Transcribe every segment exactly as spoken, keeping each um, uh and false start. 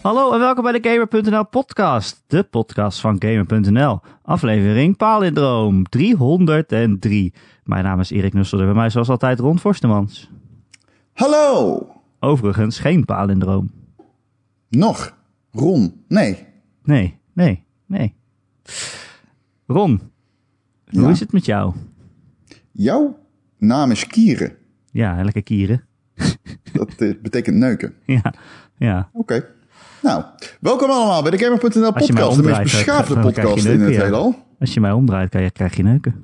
Hallo en welkom bij de Gamer punt n l podcast. De podcast van Gamer punt n l. Aflevering Palindroom driehonderddrie. Mijn naam is Erik Nussel en bij mij zoals altijd Ron Forstemans. Hallo! Overigens geen palindroom. Nog? Ron? Nee. Nee, nee, nee. Ron, hoe Ja? is het met jou? Jouw naam is Kieren. Ja, lekker kieren. Dat eh, betekent neuken. Ja, ja. Oké. Okay. Nou, welkom allemaal bij de Gamer punt n l Als je mij podcast. De meest omdraait, beschaafde dan krijg je podcast in neuken, het ja. heelal. Als je mij omdraait, kan je, krijg je neuken.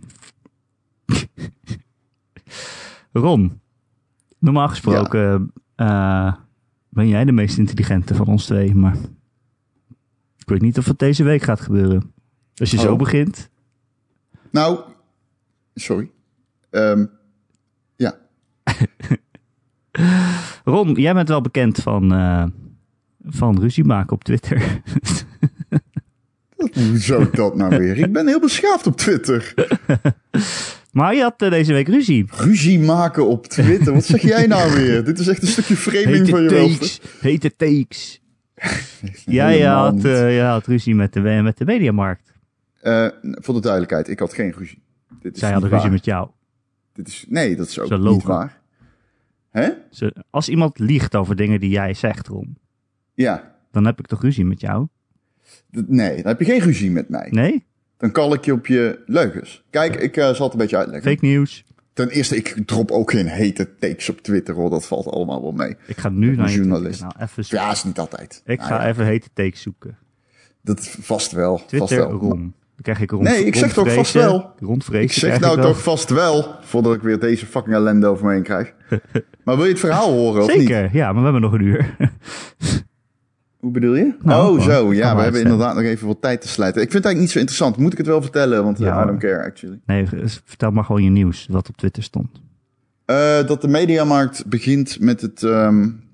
Ron, normaal gesproken uh, ben jij de meest intelligente van ons twee, maar ik weet niet of het deze week gaat gebeuren. Als je Oh. zo begint. Nou, sorry. Um, ja. Ron, jij bent wel bekend van, uh, van ruzie maken op Twitter. Hoezo dat nou weer? Ik ben heel beschaafd op Twitter. Maar je had uh, deze week ruzie. Ruzie maken op Twitter? Wat zeg jij nou weer? Dit is echt een stukje framing Hete van je takes, hete takes. Jij uh, had, uh, je had ruzie met de, met de Mediamarkt. Uh, voor de duidelijkheid, ik had geen ruzie. Dit is Zij hadden niet ruzie waar. met jou. Dit is, nee, dat is ook Zo niet logo. waar. Hè? Ze, als iemand liegt over dingen die jij zegt, Ron, Ja. dan heb ik toch ruzie met jou? D- Nee, dan heb je geen ruzie met mij. Nee? Dan kal ik je op je leugens. Kijk, ik uh, zal het een beetje uitleggen. Fake news. Ten eerste, ik drop ook geen hete takes op Twitter, hoor. Dat valt allemaal wel mee. Ik ga nu Een naar je journalist. Twitter. Nou, even zoeken. Ja, is niet altijd. Ik Nou ga ja, even hete takes zoeken. Dat vast wel. Twitter, vast wel. Ron. Dan krijg ik rond. Nee, ik zeg toch vast wel. Rondvrezen. Ik zeg nou toch vast wel, voordat ik weer deze fucking ellende over me heen krijg. Maar wil je het verhaal horen, of niet? Zeker, ja, maar we hebben nog een uur. Hoe bedoel je? Nou, oh, gewoon. zo. Kan Ja, maar we hebben uitstellen. inderdaad nog even wat tijd te slijten. Ik vind het eigenlijk niet zo interessant. Moet ik het wel vertellen? Want uh, Ja, I don't care, actually. Nee, vertel maar gewoon je nieuws, wat op Twitter stond. Uh, dat de Mediamarkt begint met het um,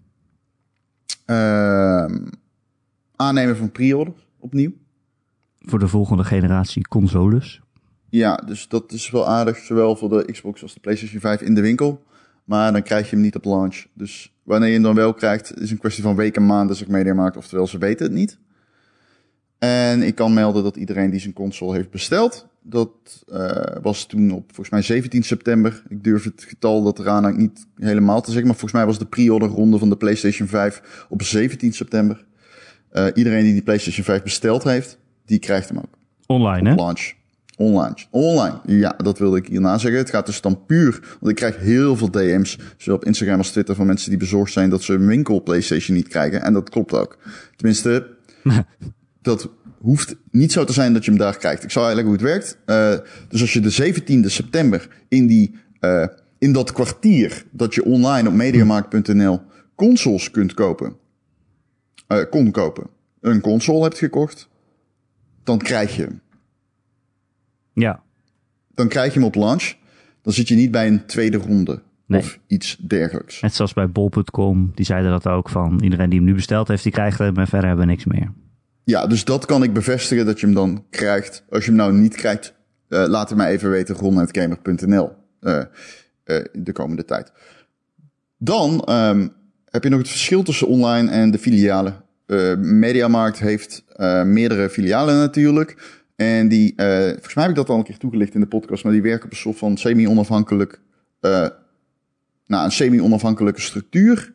uh, aannemen van pre-orders opnieuw. Voor de volgende generatie consoles. Ja, dus dat is wel aardig, zowel voor de Xbox als de PlayStation vijf in de winkel. Maar dan krijg je hem niet op launch. Dus wanneer je hem dan wel krijgt, is een kwestie van weken, maanden, zegt Mediamarkt. Oftewel, ze weten het niet. En ik kan melden dat iedereen die zijn console heeft besteld, dat uh, was toen op volgens mij zeventien september. Ik durf het getal dat eraan hangt niet helemaal te zeggen, maar volgens mij was de pre-order ronde van de PlayStation vijf op zeventien september. Uh, iedereen die die PlayStation vijf besteld heeft, die krijgt hem ook. Online, hè? Launch. Online. Online. Ja, dat wilde ik hierna zeggen. Het gaat dus dan puur, want ik krijg heel veel D M's, zowel op Instagram als Twitter, van mensen die bezorgd zijn dat ze een winkel PlayStation niet krijgen. En dat klopt ook. Tenminste, dat hoeft niet zo te zijn dat je hem daar krijgt. Ik zal uitleggen hoe het werkt. Uh, dus als je de zeventiende september in die, uh, in dat kwartier dat je online op mediamarkt punt n l consoles kunt kopen, uh, kon kopen, een console hebt gekocht, dan krijg je hem. Ja. Dan krijg je hem op launch. Dan zit je niet bij een tweede ronde. Nee. Of iets dergelijks. Net zoals bij bol punt com, die zeiden dat ook van iedereen die hem nu besteld heeft, die krijgt hem en verder hebben we niks meer. Ja, dus dat kan ik bevestigen dat je hem dan krijgt. Als je hem nou niet krijgt, uh, laat het mij even weten, ron at gamer punt n l uh, uh, de komende tijd. Dan um, heb je nog het verschil tussen online en de filialen. Uh, Mediamarkt heeft uh, meerdere filialen natuurlijk. En die, uh, volgens mij heb ik dat al een keer toegelicht in de podcast, maar die werken op een soort van semi-onafhankelijk, uh, nou, een semi-onafhankelijke structuur.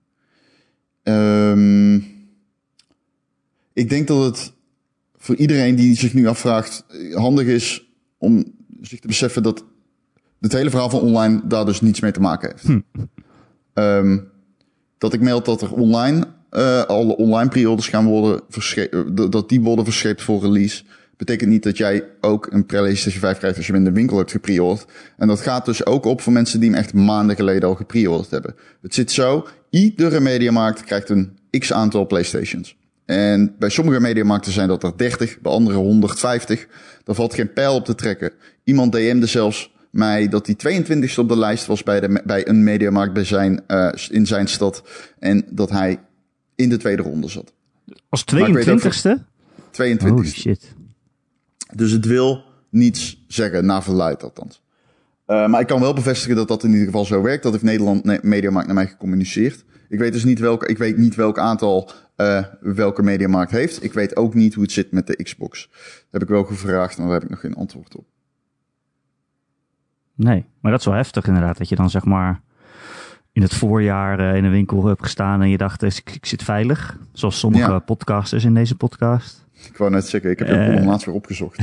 Um, ik denk dat het voor iedereen die zich nu afvraagt handig is om zich te beseffen dat het hele verhaal van online daar dus niets mee te maken heeft. Hm. Um, dat ik meld dat er online, uh, alle online pre-orders gaan worden verscheept, dat die worden verscheept voor release. Betekent niet dat jij ook een PlayStation vijf krijgt als je hem in de winkel hebt gepreorderd. En dat gaat dus ook op voor mensen die hem echt maanden geleden al gepreorderd hebben. Het zit zo, iedere Mediamarkt krijgt een x aantal PlayStations. En bij sommige Mediamarkten zijn dat er dertig, bij andere honderdvijftig. Daar valt geen pijl op te trekken. Iemand D M'de zelfs mij dat die tweeëntwintigste op de lijst was bij, de, bij een Mediamarkt bij zijn, uh, in zijn stad. En dat hij in de tweede ronde zat. Als tweeëntwintigste? tweeëntwintigste. Holy shit. Dus het wil niets zeggen, naar verluidt althans. Uh, maar ik kan wel bevestigen dat dat in ieder geval zo werkt. Dat heeft Nederland nee, Mediamarkt naar mij gecommuniceerd. Ik weet dus niet welk, ik weet niet welk aantal uh, welke Mediamarkt heeft. Ik weet ook niet hoe het zit met de Xbox. Dat heb ik wel gevraagd, maar daar heb ik nog geen antwoord op. Nee, maar dat is wel heftig inderdaad. Dat je dan zeg maar in het voorjaar uh, in een winkel hebt gestaan en je dacht, ik, ik zit veilig. Zoals sommige ja. podcasters in deze podcast. Ik wou net zeggen, ik heb je uh, column laatst weer opgezocht.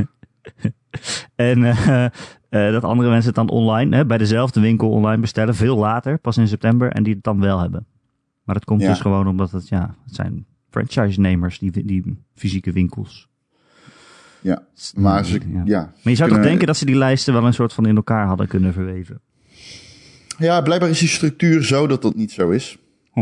en uh, uh, dat andere mensen het dan online, hè, bij dezelfde winkel online bestellen. Veel later, pas in september. En die het dan wel hebben. Maar dat komt ja. dus gewoon omdat het, ja, het zijn franchise-nemers, die, die fysieke winkels. Ja, maar, ze, ja. ja, maar je zou kunnen... toch denken dat ze die lijsten wel een soort van in elkaar hadden kunnen verweven? Ja, blijkbaar is die structuur zo dat dat niet zo is. Hm.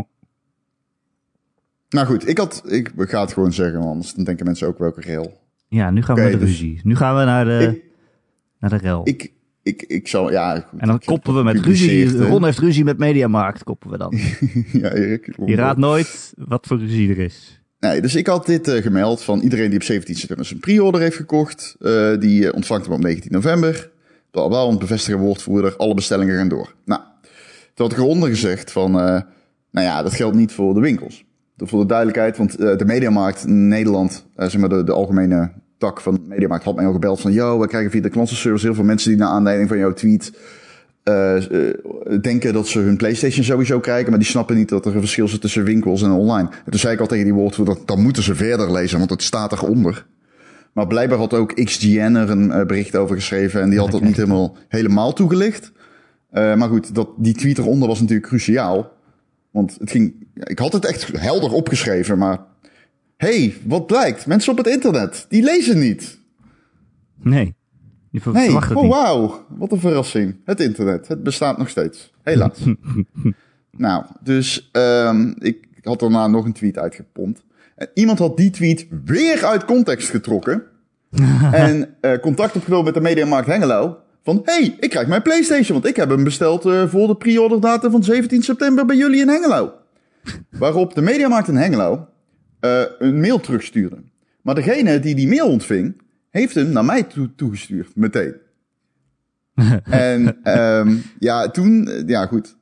Nou goed, ik had, ik ga het gewoon zeggen, want anders dan denken mensen ook welke rel. Ja, nu gaan we okay, naar de ruzie. Dus nu gaan we naar de, ik, naar de rel. Ik, ik, ik zal, ja. Goed, en dan koppen we met ruzie. Ron heeft ruzie met Mediamarkt, koppen we dan. Ja, Erik. Je raadt nooit wat voor ruzie er is. Nee, dus ik had dit uh, gemeld van iedereen die op zeventien september zijn pre-order heeft gekocht. Uh, die uh, ontvangt hem op negentien november. Blablabla, want bevestigen woordvoerder, alle bestellingen gaan door. Nou, toen had ik eronder gezegd van, uh, nou ja, dat geldt niet voor de winkels. Voor de duidelijkheid, want uh, de Mediamarkt in Nederland, uh, zeg maar de, de algemene tak van Mediamarkt, had mij al gebeld van, yo, we krijgen via de klantenservice heel veel mensen die naar aanleiding van jouw tweet uh, uh, denken dat ze hun PlayStation sowieso krijgen, maar die snappen niet dat er een verschil zit tussen winkels en online. En toen zei ik al tegen die woordvoerder, dan moeten ze verder lezen, want het staat eronder. Maar blijkbaar had ook X G N er een uh, bericht over geschreven en die had dat niet helemaal, helemaal toegelicht. Uh, maar goed, dat, die tweet eronder was natuurlijk cruciaal. Want het ging, ja, ik had het echt helder opgeschreven, maar hey, wat blijkt? Mensen op het internet, die lezen niet. Nee, die ver- nee. verwacht het oh, niet. Wauw, wat een verrassing. Het internet, het bestaat nog steeds. Helaas. Nou, dus um, ik had daarna nog een tweet uitgepompt. En iemand had die tweet weer uit context getrokken. en uh, contact opgenomen met de Mediamarkt Hengelo. Van, hey, ik krijg mijn PlayStation, want ik heb hem besteld uh, voor de pre-order datum van zeventien september bij jullie in Hengelo. Waarop de Mediamarkt in Hengelo uh, een mail terugstuurde. Maar degene die die mail ontving, heeft hem naar mij toe- toegestuurd, meteen. en um, ja, toen, uh, ja goed,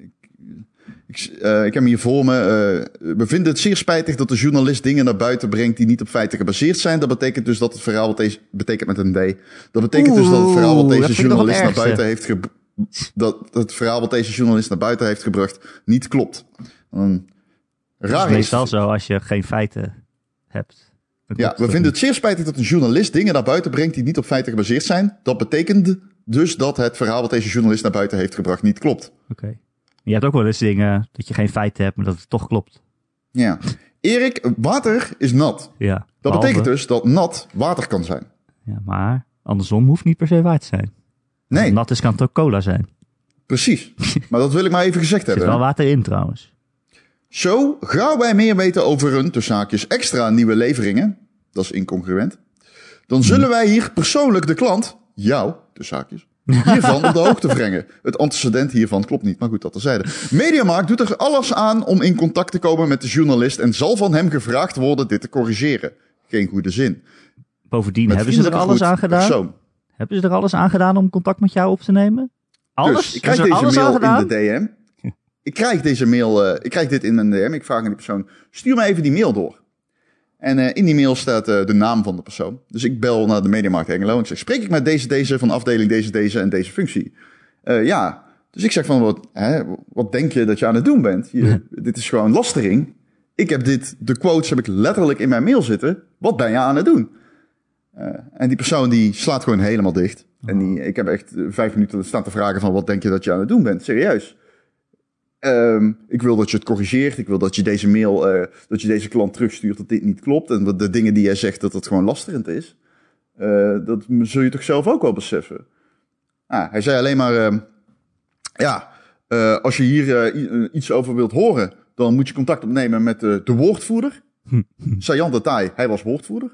ik, uh, ik heb hem hier voor me. Uh, we vinden het zeer spijtig dat de journalist dingen naar buiten brengt die niet op feiten gebaseerd zijn. Dat betekent dus dat het verhaal wat deze, betekent met een D. Dat betekent Oeh, dus dat het verhaal wat deze journalist naar buiten heeft ge, dat het verhaal wat deze journalist naar buiten heeft gebracht niet klopt. Um, raar dat is meestal zo als je geen feiten hebt. Ja, we vinden het zeer spijtig dat een journalist dingen naar buiten brengt die niet op feiten gebaseerd zijn. Dat betekent dus dat het verhaal wat deze journalist naar buiten heeft gebracht niet klopt. Oké. Okay. Je hebt ook wel eens dingen dat je geen feiten hebt, maar dat het toch klopt. Ja. Erik, water is nat. Ja. Dat behalve... betekent dus dat nat water kan zijn. Ja, maar andersom hoeft niet per se waar te zijn. Nee. Als nat is, kan het ook cola zijn. Precies. Maar dat wil ik maar even gezegd hebben. Er zit wel water in trouwens. Zo, gauw wij meer weten over een, tussen haakjes, extra nieuwe leveringen. Dat is incongruent. Dan zullen wij hier persoonlijk de klant, jou, tussen haakjes, hiervan op de hoogte brengen. Het antecedent hiervan klopt niet, maar goed, dat terzijde. Mediamarkt doet er alles aan om in contact te komen met de journalist en zal van hem gevraagd worden dit te corrigeren. Geen goede zin. Bovendien, met hebben ze er alles aan gedaan? Persoon. Hebben ze er alles aan gedaan om contact met jou op te nemen? Alles? Dus, ik krijg deze alles mail in de D M. Ik krijg deze mail, uh, ik krijg dit in een D M. Ik vraag aan die persoon, stuur me even die mail door. En uh, in die mail staat uh, de naam van de persoon. Dus ik bel naar de Mediamarkt Hengelo en ik zeg, spreek ik met deze, deze van afdeling deze, deze en deze functie? Uh, ja. Dus ik zeg van, wat, hè, wat denk je dat je aan het doen bent? Je, dit is gewoon lastering. Ik heb dit, de quotes heb ik letterlijk in mijn mail zitten. Wat ben je aan het doen? Uh, en die persoon die slaat gewoon helemaal dicht. Oh. En die, ik heb echt vijf minuten staan te vragen van, wat denk je dat je aan het doen bent? Serieus. Um, ik wil dat je het corrigeert. Ik wil dat je deze mail, uh, dat je deze klant terugstuurt dat dit niet klopt. En dat de dingen die jij zegt, dat het gewoon lasterend is. Uh, dat zul je toch zelf ook wel beseffen. Ah, hij zei alleen maar, uh, ja, uh, als je hier uh, iets over wilt horen, dan moet je contact opnemen met uh, de woordvoerder. Saillant detail, hij was woordvoerder.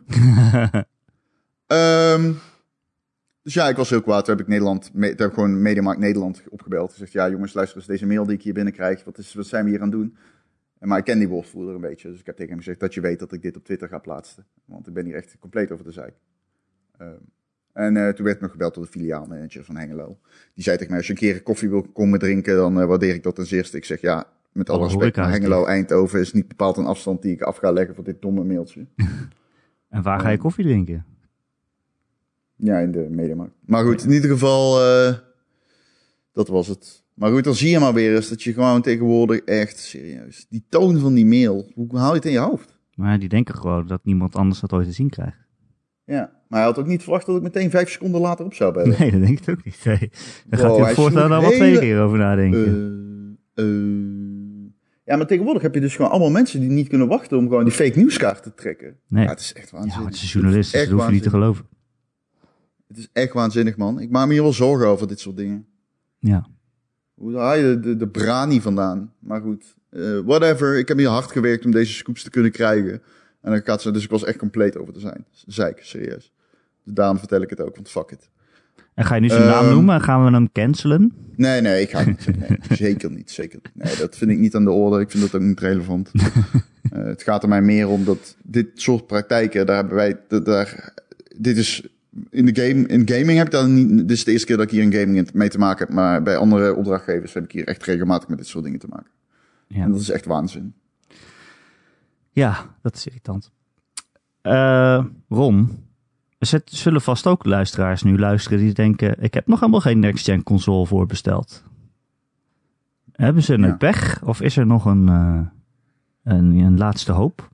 um, Dus ja, ik was heel kwaad. Toen heb ik Nederland, me, toen heb ik gewoon Mediamarkt Nederland opgebeld. Gezegd, ja jongens, luister eens, deze mail die ik hier binnenkrijg, wat, is, wat zijn we hier aan het doen? En, maar ik ken die woordvoerder een beetje, dus ik heb tegen hem gezegd dat je weet dat ik dit op Twitter ga plaatsen. Want ik ben hier echt compleet over de zeik. Uh, En uh, toen werd ik nog gebeld door de filiaalmanager van Hengelo. Die zei tegen mij, als je een keer een koffie wil komen drinken, dan uh, waardeer ik dat ten zeerste. Ik zeg, ja, met alle respect, maar Hengelo, Eindhoven is niet bepaald een afstand die ik af ga leggen voor dit domme mailtje. En waar ga je koffie drinken? Ja, in de Mediamarkt. Maar goed, in ieder geval, uh, dat was het. Maar goed, dan zie je maar weer eens dat je gewoon tegenwoordig echt, serieus, die toon van die mail, hoe hou je het in je hoofd? Maar die denken gewoon dat niemand anders dat ooit te zien krijgt. Ja, maar hij had ook niet verwacht dat ik meteen vijf seconden later op zou bellen. Nee, dat denk ik ook niet. Nee. Daar wow, gaat hij voortaan al wel hele... twee keer over nadenken. Uh, uh... Ja, maar tegenwoordig heb je dus gewoon allemaal mensen die niet kunnen wachten om gewoon die fake nieuwskaart te trekken. Nee. Ja, het is echt waanzinnig. Ja, het is een journalist, dus dat hoef je niet te geloven. Het is echt waanzinnig, man. Ik maak me hier wel zorgen over dit soort dingen. Ja. Hoe haal je de, de, de brani vandaan? Maar goed, uh, whatever. Ik heb hier hard gewerkt om deze scoops te kunnen krijgen. En dan gaat ze, dus ik was echt compleet over te zijn. Zeik, serieus. Dus daarom vertel ik het ook, want fuck it. En ga je nu zijn um, naam noemen? Gaan we hem cancelen? Nee, nee, ik ga niet. Nee, zeker niet, zeker niet. Nee, dat vind ik niet aan de orde. Ik vind dat ook niet relevant. uh, het gaat er mij meer om dat dit soort praktijken, daar hebben wij, dat, daar, dit is, in de game, in gaming heb ik dat niet, dit is de eerste keer dat ik hier in gaming mee te maken heb, maar bij andere opdrachtgevers heb ik hier echt regelmatig met dit soort dingen te maken. Ja. En dat is echt waanzin. Ja, dat is irritant. Uh, Ron, er zullen vast ook luisteraars nu luisteren die denken, ik heb nog helemaal geen next-gen console voorbesteld. Hebben ze een ja. pech of is er nog een, uh, een, een laatste hoop?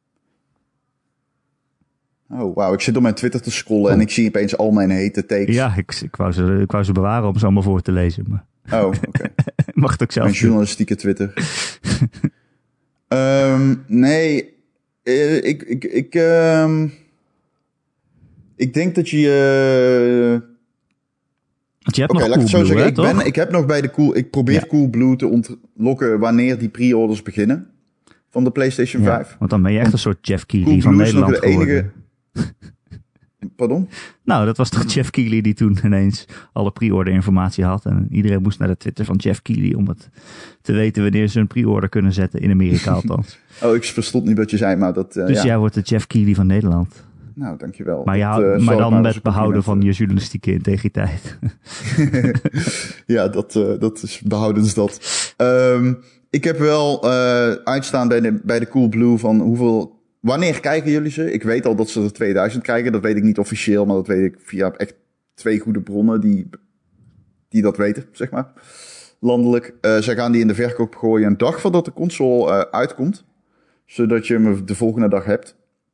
Oh, wauw. Ik zit op mijn Twitter te scrollen oh. en ik zie opeens al mijn hete takes. Ja, ik, ik, wou ze, ik wou ze bewaren om ze allemaal voor te lezen. Maar... Oh, oké. Okay. Mag het ook zelf mijn journalistieke Twitter. um, nee, uh, ik, ik, ik, um, ik denk dat je... Uh... Je hebt Oké, okay, laat ik het zo Blue, zeggen. Hè, ik, ben, ik heb nog bij de Cool... Ik probeer ja. Coolblue te ontlokken wanneer die pre-orders beginnen. Van de PlayStation ja, vijf. Want dan ben je echt een soort Jeff Keighley van Nederland is nog de enige... Pardon? Nou, dat was toch Jeff Keighley die toen ineens alle pre-order informatie had. En iedereen moest naar de Twitter van Jeff Keighley om het te weten wanneer ze een pre-order kunnen zetten. In Amerika althans. Oh, ik verstond niet wat je zei, maar dat... Uh, dus ja. jij wordt de Jeff Keighley van Nederland. Nou, dankjewel. Maar, ja, dat, uh, maar dan met behouden van je journalistieke integriteit. Ja, dat, uh, dat is behoudens dat. Um, ik heb wel uh, uitstaan bij de, bij de Coolblue van hoeveel... Wanneer kijken jullie ze? Ik weet al dat ze er tweeduizend krijgen. Dat weet ik niet officieel, maar dat weet ik via echt twee goede bronnen die, die dat weten, zeg maar. Landelijk. Uh, zij gaan die in de verkoop gooien een dag voordat de console uh, uitkomt. Zodat je hem de volgende dag hebt.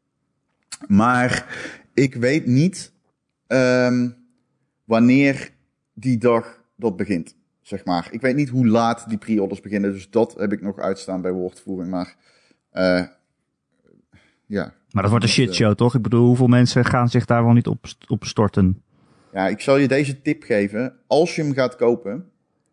Maar ik weet niet um, wanneer die dag dat begint, zeg maar. Ik weet niet hoe laat die pre-orders beginnen. Dus dat heb ik nog uitstaan bij woordvoering. Maar uh, ja. Maar dat wordt een shitshow, uh, toch? Ik bedoel, hoeveel mensen gaan zich daar wel niet op, op storten? Ja, ik zal je deze tip geven. Als je hem gaat kopen,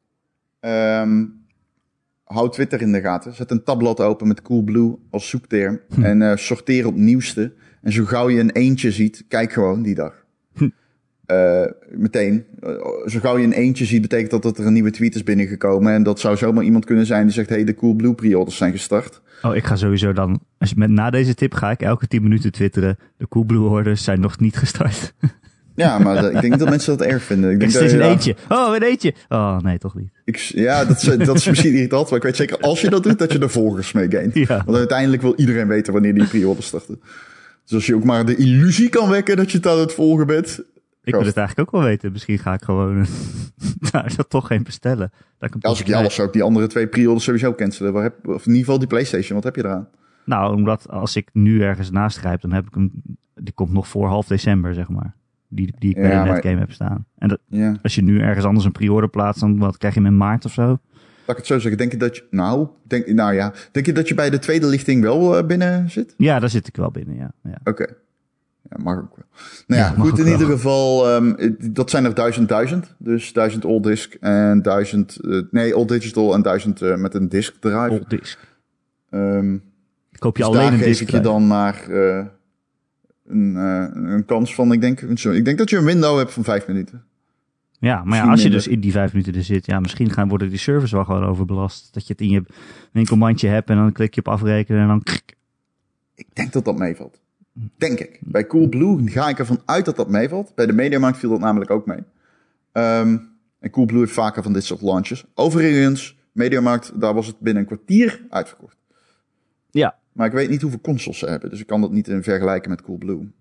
um, hou Twitter in de gaten. Zet een tabblad open met Coolblue als zoekterm. Hm. En uh, sorteer op nieuwste. En zo gauw je een eentje ziet, kijk gewoon die dag. Hm. Uh, meteen. Uh, zo gauw je een eentje ziet, betekent dat, dat er een nieuwe tweet is binnengekomen. En dat zou zomaar iemand kunnen zijn die zegt, hey, de Coolblue pre-orders zijn gestart. Oh, ik ga sowieso dan, als je met, na deze tip ga ik elke tien minuten twitteren. De Coolblue orders zijn nog niet gestart. Ja, maar de, ik denk niet dat mensen dat erg vinden. Ik denk het is dat, een ja, eentje. Oh, een eentje. Oh, nee, toch niet. Ik, ja, dat is, dat is misschien irritant, maar ik weet zeker als je dat doet, dat je er volgers mee gaint. Ja. Want uiteindelijk wil iedereen weten wanneer die pre-orders starten. Dus als je ook maar de illusie kan wekken dat je het aan het volgen bent. Ik wil het eigenlijk ook wel weten. Misschien ga ik gewoon daar dat toch geen bestellen. Dat ik ja, als ik jou was, zou ik die andere twee pre-orders sowieso cancelen. Waar heb, of in ieder geval die PlayStation. Wat heb je eraan? Nou, omdat als ik nu ergens naast grijp, dan heb ik hem... Die komt nog voor half december, zeg maar. Die, die ik bij ja, de netgame heb staan. En dat, ja. Als je nu ergens anders een pre-order plaatst, dan wat, krijg je hem in maart of zo? Laat ik het zo zeggen. Denk je dat je... Nou, denk, nou ja. Denk je dat je bij de tweede lichting wel uh, binnen zit? Ja, daar zit ik wel binnen, ja. ja. Oké. Okay. Ja, mag ook wel. Nou ja, ja goed, in wel. Ieder geval, um, dat zijn er duizend duizend. Dus duizend all disk en duizend, uh, nee, all digital en duizend uh, met een disk drive. All disk. Um, Koop je dus alleen daar een geef disk ik je dan maar uh, een, uh, een kans van, ik denk, ik denk dat je een window hebt van vijf minuten. Ja, maar ja, als je dus in die vijf minuten er zit, ja, misschien gaan worden die servers wel gewoon overbelast. Dat je het in je winkelmandje hebt en dan klik je op afrekenen en dan... Ik denk dat dat meevalt. Denk ik. Bij Coolblue ga ik ervan uit dat dat meevalt. Bij de Mediamarkt viel dat namelijk ook mee. Um, en Coolblue heeft vaker van dit soort launches. Overigens, Mediamarkt, daar was het binnen een kwartier uitverkocht. Ja. Maar ik weet niet hoeveel consoles ze hebben. Dus ik kan dat niet in vergelijken met Coolblue.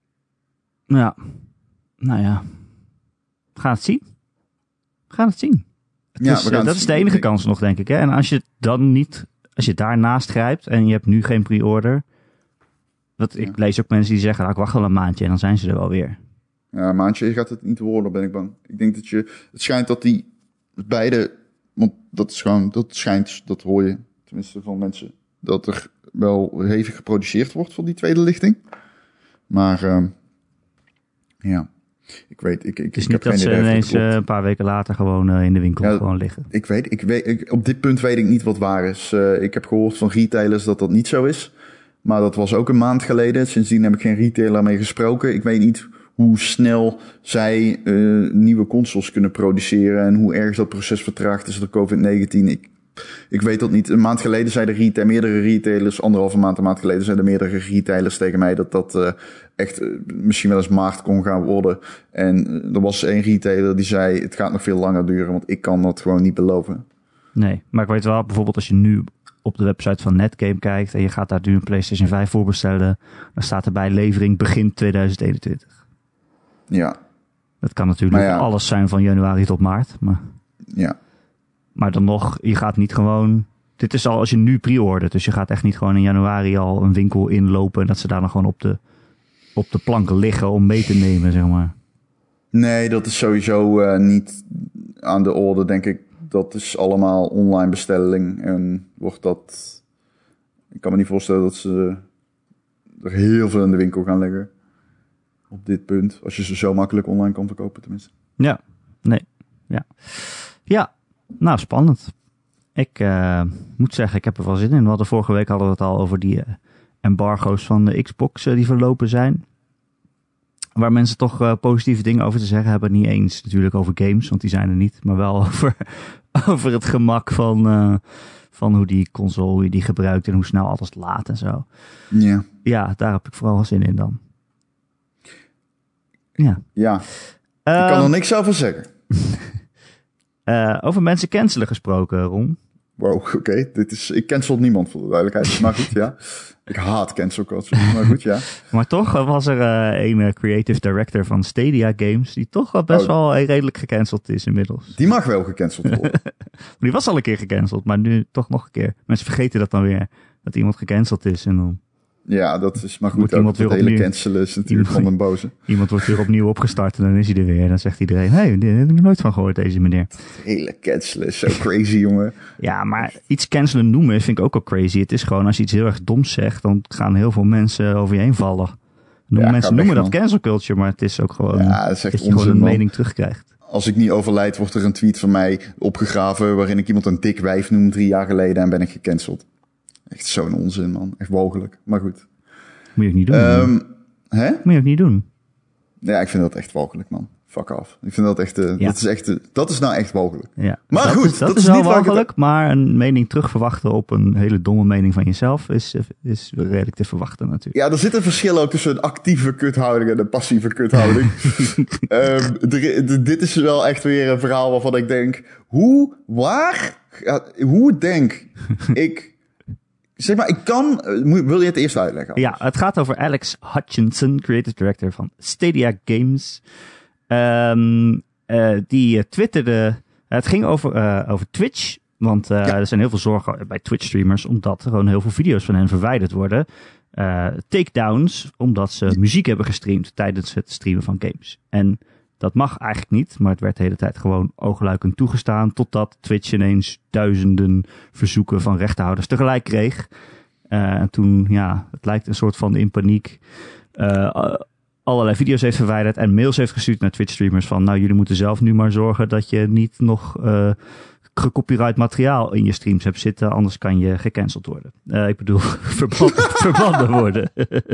Ja. Nou ja. We gaan het zien. We gaan het zien. Het ja, is, we gaan uh, dat is de enige kans nog, denk ik. Hè? En als je dan niet... Als je daarnaast grijpt en je hebt nu geen pre-order... Dat, ik ja. lees ook mensen die zeggen, nou, ik wacht wel een maandje en dan zijn ze er wel weer. Ja, een maandje gaat het niet worden, ben ik bang. Ik denk dat je... Het schijnt dat die beide... Want dat is gewoon... Dat schijnt, dat hoor je tenminste van mensen... Dat er wel hevig geproduceerd wordt voor die tweede lichting. Maar... Uh, ja... Ik weet, ik, ik, het is ik niet heb dat geen ze idee ineens uh, een paar weken later gewoon uh, in de winkel ja, gewoon liggen. Ik weet, ik weet ik, op dit punt weet ik niet wat waar is. Uh, ik heb gehoord van retailers dat dat niet zo is. Maar dat was ook een maand geleden. Sindsdien heb ik geen retailer mee gesproken. Ik weet niet hoe snel zij uh, nieuwe consoles kunnen produceren... en hoe erg dat proces vertraagd is door covid negentien. Ik, ik weet dat niet. Een maand geleden zeiden retail, meerdere retailers... anderhalve maand, een maand geleden zeiden meerdere retailers tegen mij... dat dat uh, echt uh, misschien wel eens maart kon gaan worden. En uh, er was één retailer die zei... het gaat nog veel langer duren, want ik kan dat gewoon niet beloven. Nee, maar ik weet wel, bijvoorbeeld als je nu... op de website van Netgame kijkt... en je gaat daar nu een PlayStation vijf voorbestellen... dan staat erbij levering begin tweeduizend eenentwintig. Ja. Dat kan natuurlijk ja. alles zijn van januari tot maart. Maar, ja. maar dan nog, je gaat niet gewoon... Dit is al als je nu pre-ordert. Dus je gaat echt niet gewoon in januari al een winkel inlopen... en dat ze daar dan gewoon op de, op de planken liggen om mee te nemen, zeg maar. Nee, dat is sowieso uh, niet aan de orde, denk ik. Dat is allemaal online bestelling en wordt dat... Ik kan me niet voorstellen dat ze er heel veel in de winkel gaan leggen. Op dit punt. Als je ze zo makkelijk online kan verkopen tenminste. Ja, nee. Ja, ja. Nou spannend. Ik uh, moet zeggen, ik heb er wel zin in. We hadden vorige week hadden we het al over die uh, embargo's van de Xbox uh, die verlopen zijn. Waar mensen toch uh, positieve dingen over te zeggen hebben. Niet eens natuurlijk over games, want die zijn er niet. Maar wel over, over het gemak van, uh, van hoe die console, hoe je die gebruikt en hoe snel alles laat en zo. Ja. Ja, daar heb ik vooral wel zin in dan. Ja. Ja. Ik uh, kan er niks over zeggen. uh, over mensen cancelen gesproken, Ron. Wow, oké. Okay. Dit is, ik cancel niemand voor de duidelijkheid. Maar goed, ja. Ik haat cancel culture, maar goed, ja. Maar toch was er uh, een uh, creative director van Stadia Games... die toch wel best oh. wel redelijk gecanceld is inmiddels. Die mag wel gecanceld worden. Die was al een keer gecanceld, maar nu toch nog een keer. Mensen vergeten dat dan weer, dat iemand gecanceld is. En dan ja, dat is maar goed. Ook het hele cancelen is natuurlijk iemand, van een boze. Iemand wordt weer opnieuw opgestart en dan is hij er weer. En dan zegt iedereen, hé, hey, daar heb ik nooit van gehoord, deze meneer. Het hele cancelen is zo crazy, jongen. Ja, maar iets cancelen noemen vind ik ook al crazy. Het is gewoon, als je iets heel erg doms zegt, dan gaan heel veel mensen over je heen vallen. Noem, ja, mensen noemen weg, dat cancel culture, maar het is ook gewoon, ja, dat, is echt dat je onzin, gewoon een man. mening terugkrijgt. Als ik niet overlijd, wordt er een tweet van mij opgegraven waarin ik iemand een dik wijf noem drie jaar geleden en ben ik gecanceld. Echt zo'n onzin, man. Echt mogelijk. Maar goed. Moet je ook niet doen. Um, hè? Moet je ook niet doen. Ja, ik vind dat echt mogelijk, man. Fuck off. Ik vind dat echt, uh, ja. dat is echt, uh, dat is nou echt mogelijk. Ja. Maar dat goed, is, dat, dat is, is wel mogelijk, het... maar een mening terug verwachten op een hele domme mening van jezelf is, is redelijk te verwachten natuurlijk. Ja, er zit een verschil ook tussen een actieve kuthouding en een passieve kuthouding. um, de, de, dit is wel echt weer een verhaal waarvan ik denk, hoe, waar, hoe denk ik... Zeg maar, ik kan... Wil je het eerst uitleggen? Ja, het gaat over Alex Hutchinson, creative director van Stadia Games. Um, uh, die uh, twitterde... Uh, het ging over, uh, over Twitch. Want uh, ja. er zijn heel veel zorgen bij Twitch-streamers... omdat er gewoon heel veel video's van hen verwijderd worden. Uh, takedowns, omdat ze muziek hebben gestreamd... tijdens het streamen van games. En dat mag eigenlijk niet... maar het werd de hele tijd gewoon oogluikend toegestaan... totdat Twitch ineens duizenden verzoeken van rechtenhouders tegelijk kreeg. Uh, en toen, ja, het lijkt een soort van in paniek... Uh, allerlei video's heeft verwijderd en mails heeft gestuurd naar Twitch-streamers van... nou, jullie moeten zelf nu maar zorgen dat je niet nog uh, gecopyright materiaal in je streams hebt zitten... anders kan je gecanceld worden. Uh, ik bedoel, verband, verbannen worden.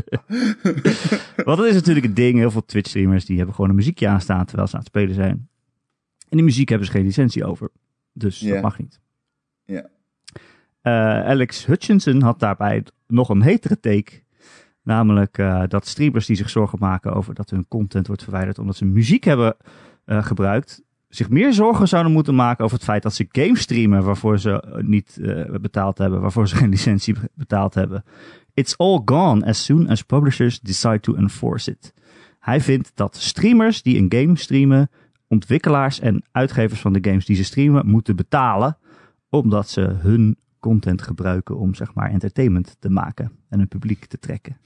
Want dat is natuurlijk het ding. Heel veel Twitch-streamers die hebben gewoon een muziekje aanstaan terwijl ze aan het spelen zijn. En die muziek hebben ze geen licentie over. Dus yeah. dat mag niet. Ja. Yeah. Uh, Alex Hutchinson had daarbij nog een hetere take... Namelijk uh, dat streamers die zich zorgen maken over dat hun content wordt verwijderd omdat ze muziek hebben uh, gebruikt, zich meer zorgen zouden moeten maken over het feit dat ze games streamen waarvoor ze niet uh, betaald hebben, waarvoor ze geen licentie betaald hebben. It's all gone as soon as publishers decide to enforce it. Hij vindt dat streamers die een game streamen, ontwikkelaars en uitgevers van de games die ze streamen, moeten betalen, omdat ze hun content gebruiken om, zeg maar, entertainment te maken en een publiek te trekken.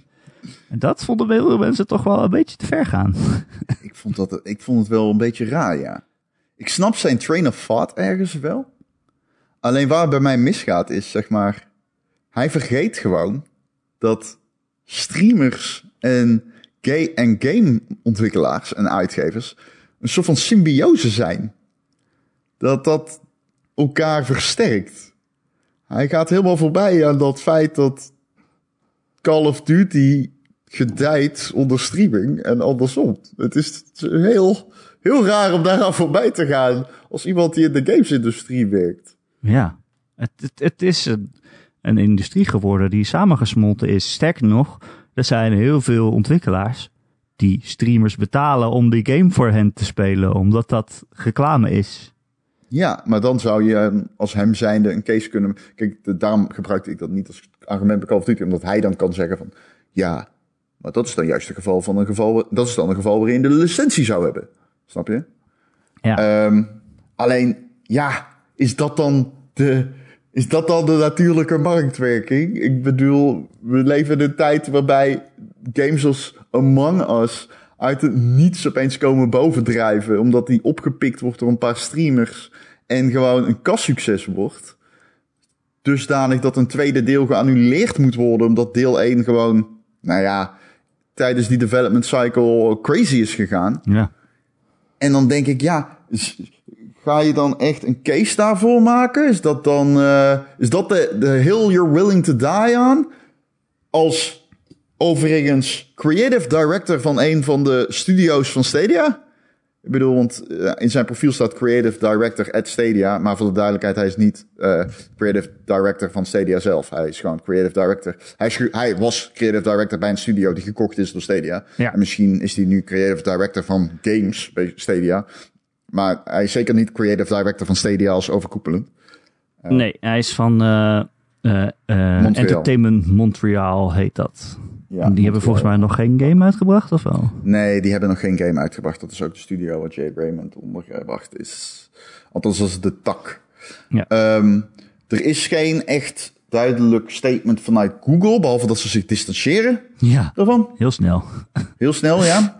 En dat vonden veel mensen toch wel een beetje te ver gaan. Ik vond, dat, ik vond het wel een beetje raar, ja. Ik snap zijn train of thought ergens wel. Alleen waar het bij mij misgaat is, zeg maar, hij vergeet gewoon dat streamers en, ga- en gameontwikkelaars en uitgevers een soort van symbiose zijn. Dat dat elkaar versterkt. Hij gaat helemaal voorbij aan dat feit dat Call of Duty gedijt onder streaming en andersom. Het is heel, heel raar om daaraan voorbij te gaan als iemand die in de gamesindustrie werkt. Ja, het, het, het is een, een industrie geworden die samengesmolten is. Sterker nog, er zijn heel veel ontwikkelaars die streamers betalen om die game voor hen te spelen, omdat dat reclame is. Ja, maar dan zou je als hem zijnde een case kunnen... Kijk, de, daarom gebruikte ik dat niet als argument bij Call of Duty, omdat hij dan kan zeggen van... Ja, maar dat is dan juist een geval van een geval... Dat is dan een geval waarin je de licentie zou hebben. Snap je? Ja. Um, alleen, ja, is dat dan de... Is dat dan de natuurlijke marktwerking? Ik bedoel, we leven in een tijd waarbij games als Among Us uit het niets opeens komen bovendrijven, omdat die opgepikt wordt door een paar streamers en gewoon een kassucces wordt. Dusdanig dat een tweede deel geannuleerd moet worden, omdat deel één gewoon, nou ja, tijdens die development cycle crazy is gegaan. Ja. En dan denk ik, ja, ga je dan echt een case daarvoor maken? Is dat dan, uh, is dat de, de hill you're willing to die on? Als overigens creative director van een van de studio's van Stadia. Ik bedoel, want uh, in zijn profiel staat creative director at Stadia. Maar voor de duidelijkheid, hij is niet uh, creative director van Stadia zelf. Hij is gewoon creative director. Hij, is, hij was creative director bij een studio die gekocht is door Stadia. Ja. En misschien is hij nu creative director van games bij Stadia. Maar hij is zeker niet creative director van Stadia als overkoepelend. Uh, nee, hij is van uh, uh, uh, Entertainment Montreal heet dat. Ja, en die hebben volgens mij nog geen game uitgebracht, of wel? Nee, die hebben nog geen game uitgebracht. Dat is ook de studio waar Jade Raymond ondergebracht is. Althans, dat is de tak. Ja. Um, er is geen echt duidelijk statement vanuit Google, behalve dat ze zich distancieren ja, daarvan. Heel snel. Heel snel, ja.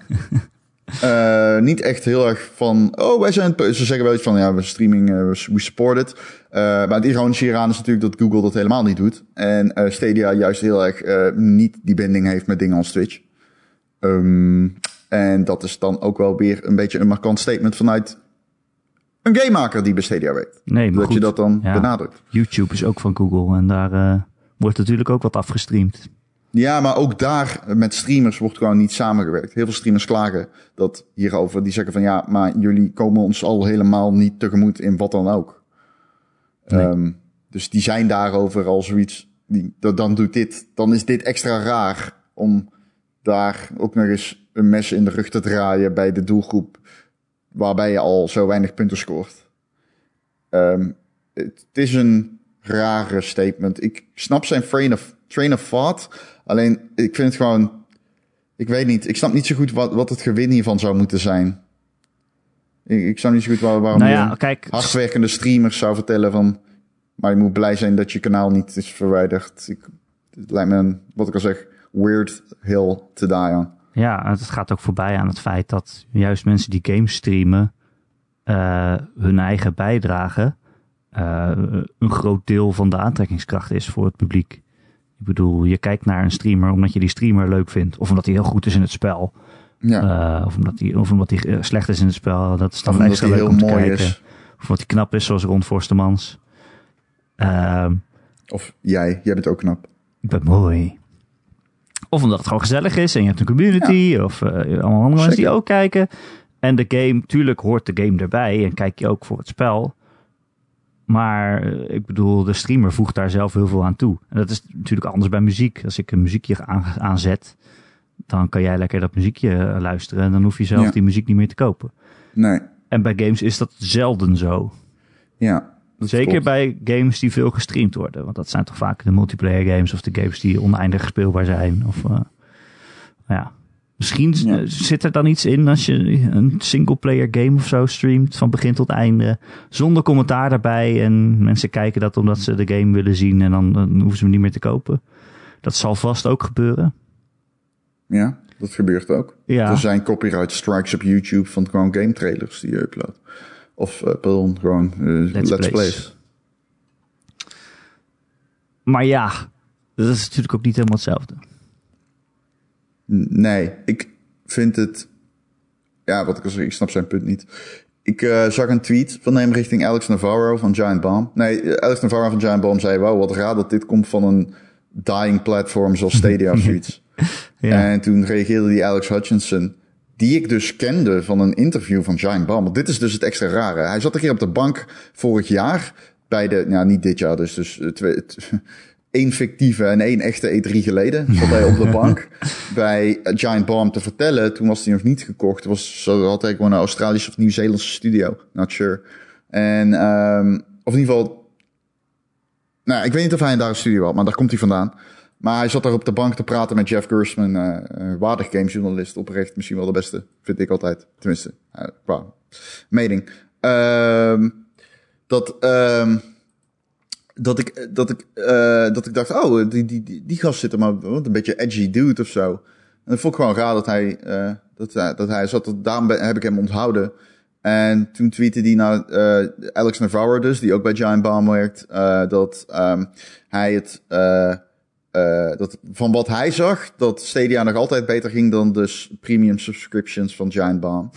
Uh, niet echt heel erg van, oh, wij zijn, ze zeggen wel iets van, ja, we streaming, uh, we support it. Uh, maar het ironische hieraan is natuurlijk dat Google dat helemaal niet doet. En uh, Stadia juist heel erg uh, niet die binding heeft met dingen als Twitch. Um, en dat is dan ook wel weer een beetje een markant statement vanuit een gamemaker die bij Stadia werkt. Nee, maar dat goed, je dat dan ja, benadrukt. YouTube is ook van Google en daar uh, wordt natuurlijk ook wat afgestreamd. Ja, maar ook daar met streamers wordt gewoon niet samengewerkt. Heel veel streamers klagen dat hierover. Die zeggen van ja, maar jullie komen ons al helemaal niet tegemoet in wat dan ook. Nee. Um, dus die zijn daarover al zoiets. Die, dan doet dit, dan is dit extra raar om daar ook nog eens een mes in de rug te draaien bij de doelgroep waarbij je al zo weinig punten scoort. Um, het is een rare statement. Ik snap zijn train of, train of thought. Alleen, ik vind het gewoon... Ik weet niet. Ik snap niet zo goed wat, wat het gewin hiervan zou moeten zijn. Ik, ik snap niet zo goed waar, waarom nou ja, je kijk, hardwerkende streamers zou vertellen van... Maar je moet blij zijn dat je kanaal niet is verwijderd. Ik, het lijkt me een, wat ik al zeg, weird hill to die on. Ja, het gaat ook voorbij aan het feit dat juist mensen die games streamen... Uh, hun eigen bijdrage... Uh, een groot deel van de aantrekkingskracht is voor het publiek. Ik bedoel, je kijkt naar een streamer omdat je die streamer leuk vindt. Of omdat hij heel goed is in het spel. Ja. Uh, of omdat hij, of omdat hij uh, slecht is in het spel. Dat is dan extra leuk om te kijken. Is. Of omdat hij knap is, zoals Ron Forstemans. Uh, of jij, jij bent ook knap. Ik ben mooi. Of omdat het gewoon gezellig is en je hebt een community. Ja. Of uh, allemaal andere Zeker. mensen die ook kijken. En de game, tuurlijk hoort de game erbij. En kijk je ook voor het spel. Maar uh, ik bedoel, de streamer voegt daar zelf heel veel aan toe. En dat is natuurlijk anders bij muziek. Als ik een muziekje aan, aanzet, dan kan jij lekker dat muziekje uh, luisteren. En dan hoef je zelf ja. die muziek niet meer te kopen. Nee. En bij games is dat zelden zo. Ja. Zeker klopt. bij games die veel gestreamd worden. Want dat zijn toch vaak de multiplayer games of de games die oneindig speelbaar zijn. Of uh, ja... Misschien ja. zit er dan iets in als je een singleplayer game of zo streamt van begin tot einde. Zonder commentaar daarbij. En mensen kijken dat omdat ze de game willen zien. En dan, dan hoeven ze hem niet meer te kopen. Dat zal vast ook gebeuren. Ja, dat gebeurt ook. Ja. Er zijn copyright strikes op YouTube van gewoon game trailers die je uploadt. Of uh, pardon, gewoon uh, let's, let's plays. plays. Maar ja, dat is natuurlijk ook niet helemaal hetzelfde. Nee, ik vind het... Ja, wat ik al zei, ik snap zijn punt niet. Ik uh, zag een tweet van hem richting Alex Navarro van Giant Bomb. Nee, Alex Navarro van Giant Bomb zei... Wow, wat raar dat dit komt van een dying platform zoals Stadia of zoiets. Ja. En toen reageerde die Alex Hutchinson... die ik dus kende van een interview van Giant Bomb. Want dit is dus het extra rare. Hij zat een keer op de bank vorig jaar... bij de... Nou, niet dit jaar, dus... dus twee, één fictieve en één echte E drie geleden. Zat hij op de bank bij Giant Bomb te vertellen. Toen was hij nog niet gekocht. Was, zo had hij gewoon een Australische of Nieuw-Zeelandse studio. Not sure. En, um, of in ieder geval... Nou, ik weet niet of hij daar een studio had, maar daar komt hij vandaan. Maar hij zat daar op de bank te praten met Jeff Gerstmann. Uh, waardig gamesjournalist. Oprecht misschien wel de beste. Vind ik altijd. Tenminste, uh, qua mening. Um, dat... Um, Dat ik, dat ik, uh, dat ik dacht, oh, die, die, die, die gast zit er maar een beetje edgy dude of zo. En dat vond ik gewoon raar dat hij, uh, dat, uh, dat hij zat. Daarom heb ik hem onthouden. En toen tweette hij naar uh, Alex Navarro dus, die ook bij Giant Bomb werkt, uh, dat um, hij het, uh, uh, dat van wat hij zag, dat Stadia nog altijd beter ging dan de premium subscriptions van Giant Bomb.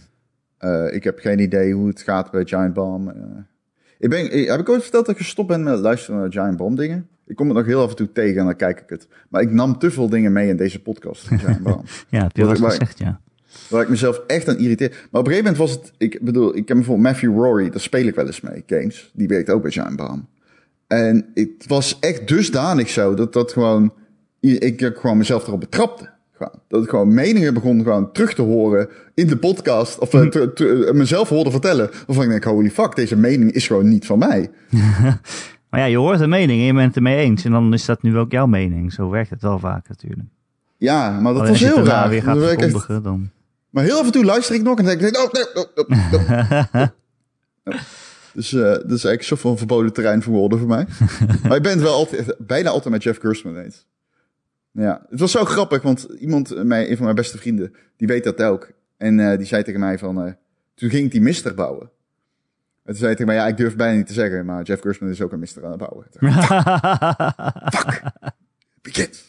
uh, ik heb geen idee hoe het gaat bij Giant Bomb. Uh, Ik ben, heb ik ooit verteld dat ik gestopt ben met het luisteren naar Giant Bomb dingen? Ik kom het nog heel af en toe tegen en dan kijk ik het. Maar ik nam te veel dingen mee in deze podcast van Giant Bomb. Ja, heb je wel eens gezegd, ja. Waar ik mezelf echt aan irriteer. Maar op een gegeven moment was het... Ik bedoel, ik heb bijvoorbeeld Matthew Rory, daar speel ik wel eens mee, games. Die werkt ook bij Giant Bomb. En het was echt dusdanig zo dat dat gewoon... Ik, ik gewoon mezelf erop betrapte. Gewoon. Dat ik gewoon meningen begon gewoon terug te horen in de podcast. Of te, te, te, mezelf hoorde vertellen. Of ik denk, holy fuck, deze mening is gewoon niet van mij. Maar ja, je hoort een mening en je bent het ermee eens. En dan is dat nu ook jouw mening. Zo werkt het wel vaak natuurlijk. Ja, maar dat Alleen was heel raar. Weer gaat verkondigen, echt... dan... Maar heel af en toe luister ik nog en denk ik, oh, nee, oh, oh, oh. Ja. Dus uh, dat is eigenlijk zo van verboden terrein geworden voor mij. Maar ik ben het wel altijd, bijna altijd met Jeff Gerstmann eens. Ja, het was zo grappig, want iemand, mij, een van mijn beste vrienden, die weet dat ook. En uh, die zei tegen mij van, uh, toen ging ik die mister bouwen. En toen zei hij tegen mij, ja, ik durf bijna niet te zeggen, maar Jeff Gerstmann is ook een mister aan het bouwen. Fuck! Begint!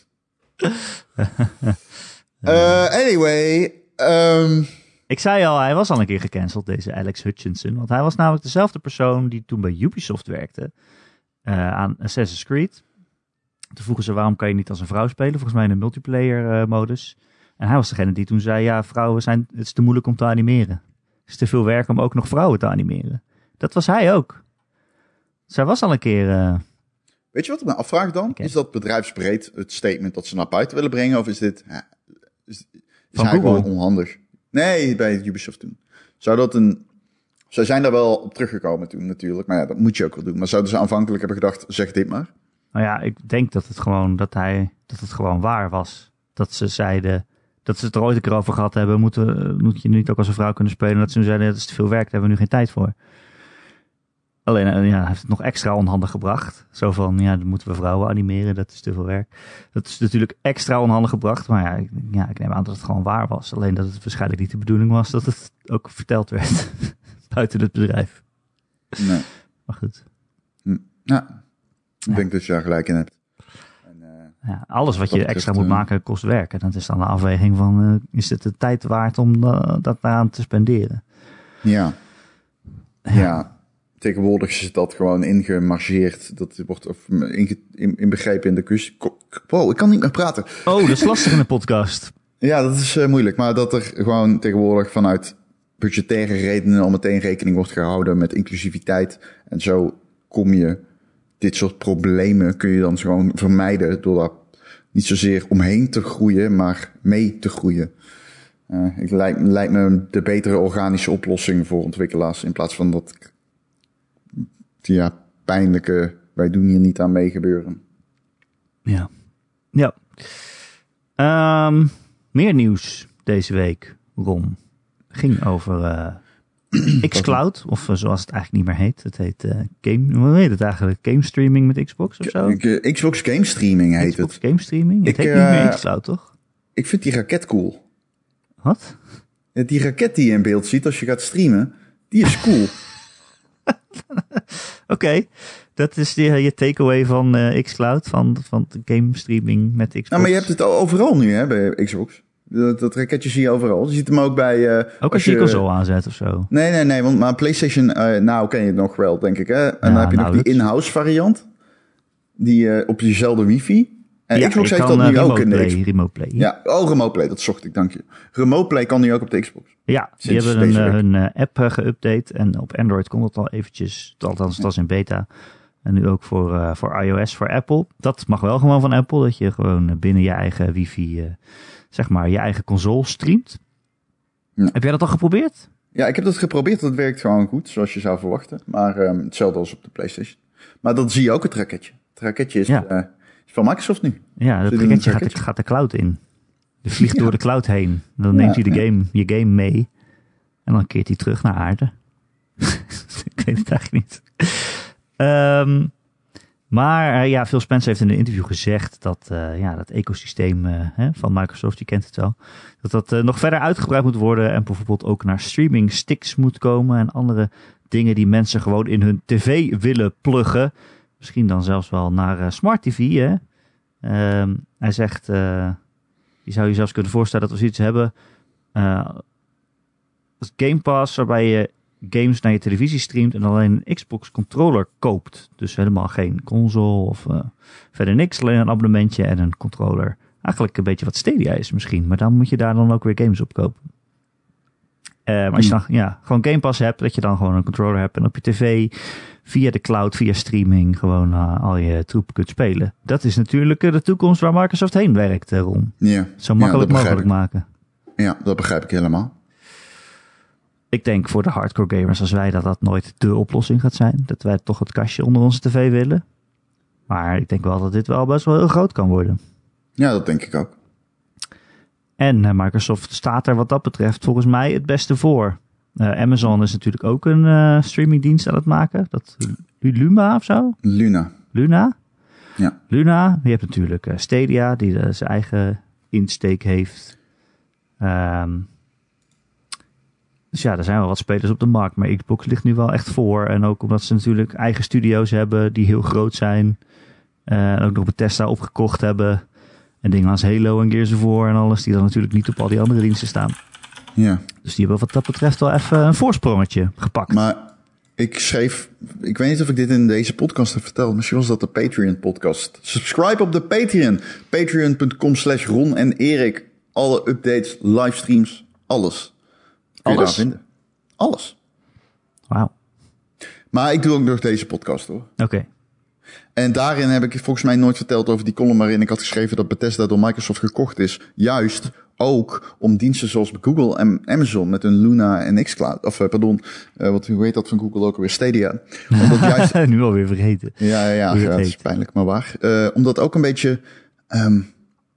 uh, anyway, um... Ik zei al, hij was al een keer gecanceld, deze Alex Hutchinson. Want hij was namelijk dezelfde persoon die toen bij Ubisoft werkte, uh, aan Assassin's Creed. Toen vroegen ze, waarom kan je niet als een vrouw spelen? Volgens mij in een multiplayer uh, modus. En hij was degene die toen zei, ja, vrouwen zijn, het is te moeilijk om te animeren. Het is te veel werk om ook nog vrouwen te animeren. Dat was hij ook. Zij was al een keer... Uh... Weet je wat ik me afvraag dan? Okay. Is dat bedrijfsbreed het statement dat ze naar buiten willen brengen? Of is dit... Ja, is, is hij gewoon onhandig? Nee, bij Ubisoft toen. Zou dat een... Zij zijn daar wel op teruggekomen toen natuurlijk. Maar ja, dat moet je ook wel doen. Maar zouden ze aanvankelijk hebben gedacht, zeg dit maar? Nou ja, ik denk dat het gewoon, dat hij, dat het gewoon waar was. Dat ze zeiden, dat ze het er ooit een keer over gehad hebben. Moeten, moet je niet ook als een vrouw kunnen spelen? Dat ze nu zeiden, dat is te veel werk, daar hebben we nu geen tijd voor. Alleen, ja, hij heeft het nog extra onhandig gebracht. Zo van, ja, dan moeten we vrouwen animeren, dat is te veel werk. Dat is natuurlijk extra onhandig gebracht. Maar ja ik, ja, ik neem aan dat het gewoon waar was. Alleen dat het waarschijnlijk niet de bedoeling was dat het ook verteld werd. Buiten het bedrijf. Nee. Maar goed. Ja. Ik denk dat je daar gelijk in hebt. En, uh, ja, alles wat je extra moet maken kost werk. En dat is dan de afweging van, uh, is het de tijd waard om uh, dat aan te spenderen? Ja. ja. Ja. Tegenwoordig is dat gewoon ingemargeerd. Dat wordt of inge, in, inbegrepen in de kus. Wow, ik kan niet meer praten. Oh, dat is lastig in een podcast. Ja, dat is uh, moeilijk. Maar dat er gewoon tegenwoordig vanuit budgettaire redenen al meteen rekening wordt gehouden met inclusiviteit. En zo kom je dit soort problemen, kun je dan gewoon vermijden door daar niet zozeer omheen te groeien, maar mee te groeien. Uh, het lijkt, lijkt me de betere organische oplossing voor ontwikkelaars in plaats van dat ja, pijnlijke, wij doen hier niet aan mee gebeuren. Ja. Ja. Um, meer nieuws deze week, Ron. Ging over uh, xCloud, of uh, zoals het eigenlijk niet meer heet. Het heet uh, game, hoe heet het eigenlijk? Game streaming met Xbox of zo? K- Xbox Game Streaming heet Xbox het. Game Streaming? Het ik, heet uh, niet meer xCloud, toch? Ik vind die raket cool. Wat? Die raket die je in beeld ziet als je gaat streamen, die is cool. Oké, okay. Dat is de, je takeaway van uh, xCloud, van, van de game streaming met Xbox. Nou, maar je hebt het overal nu, hè, bij Xbox. Dat, dat raketje zie je overal. Je ziet hem ook bij... Uh, ook als, als je je console aanzet of zo? Nee, nee, nee, want maar PlayStation, uh, nou ken je het nog wel, denk ik, hè. En ja, dan heb je nou, nog die in-house variant, die uh, op jezelfde wifi. En ja, Xbox heeft kan, dat nu uh, ook in de play, Xbox. Remote Play. Ja, oh, Remote Play, dat zocht ik, dank je. Remote Play kan nu ook op de Xbox. Ja, die Sinds hebben een, week. hun uh, app uh, geüpdate en op Android kon het al eventjes, althans het was in beta. En nu ook voor, uh, voor iOS, voor Apple. Dat mag wel gewoon van Apple, dat je gewoon binnen je eigen wifi, uh, zeg maar, je eigen console streamt. Ja. Heb jij dat al geprobeerd? Ja, ik heb dat geprobeerd, dat werkt gewoon goed, zoals je zou verwachten. Maar um, hetzelfde als op de PlayStation. Maar dan zie je ook het raketje. Het raketje is... Ja. Uh, van Microsoft nu. Ja, dat pakketje gaat, gaat de cloud in. Je vliegt ja. door de cloud heen. Dan neemt ja, hij de game, je game mee. En dan keert hij terug naar aarde. Ik weet het eigenlijk niet. Um, maar uh, ja, Phil Spencer heeft in een interview gezegd dat uh, ja, dat ecosysteem uh, hè, van Microsoft, je kent het wel, dat dat uh, nog verder uitgebreid moet worden en bijvoorbeeld ook naar streaming sticks moet komen en andere dingen die mensen gewoon in hun tv willen pluggen. Misschien dan zelfs wel naar uh, Smart T V, hè? Um, hij zegt, uh, je zou je zelfs kunnen voorstellen dat we zoiets hebben uh, als Game Pass, waarbij je games naar je televisie streamt en alleen een Xbox controller koopt. Dus helemaal geen console of uh, verder niks, alleen een abonnementje en een controller. Eigenlijk een beetje wat Stadia is misschien, maar dan moet je daar dan ook weer games op kopen. Uh, maar als je dan ja, gewoon Game Pass hebt, dat je dan gewoon een controller hebt en op je tv via de cloud, via streaming gewoon uh, al je troep kunt spelen. Dat is natuurlijk uh, de toekomst waar Microsoft heen werkt, uh, Ron. Ja. Zo makkelijk ja, mogelijk maken. Ja, dat begrijp ik helemaal. Ik denk voor de hardcore gamers als wij dat dat nooit de oplossing gaat zijn. Dat wij toch het kastje onder onze tv willen. Maar ik denk wel dat dit wel best wel heel groot kan worden. Ja, dat denk ik ook. En uh, Microsoft staat er wat dat betreft volgens mij het beste voor. Uh, Amazon is natuurlijk ook een uh, streamingdienst aan het maken. Dat Luma of zo? Luna. Luna? Ja. Luna. Je hebt natuurlijk uh, Stadia, die uh, zijn eigen insteek heeft. Um, dus ja, er zijn wel wat spelers op de markt. Maar Xbox ligt nu wel echt voor. En ook omdat ze natuurlijk eigen studio's hebben die heel groot zijn. Uh, en ook nog Bethesda opgekocht hebben. En dingen als Halo en Gears of War en alles, die dan natuurlijk niet op al die andere diensten staan. Ja. Dus die hebben wat dat betreft wel even een voorsprongetje gepakt. Maar ik schreef, ik weet niet of ik dit in deze podcast heb verteld. Misschien was dat de Patreon podcast. Subscribe op de Patreon. Patreon.com slash Ron en Erik. Alle updates, livestreams, alles. Kun je alles? daar vinden. Alles. Wauw. Maar ik doe ook nog deze podcast hoor. Oké. Okay. En daarin heb ik volgens mij nooit verteld over die column waarin ik had geschreven dat Bethesda door Microsoft gekocht is. Juist ook om diensten zoals Google en Amazon met hun Luna en xCloud. Of pardon, uh, wat, hoe heet dat van Google ook alweer? Stadia. Omdat juist... nu alweer vergeten. Ja, ja, ja, dat is pijnlijk, maar waar. Uh, om dat ook een beetje um,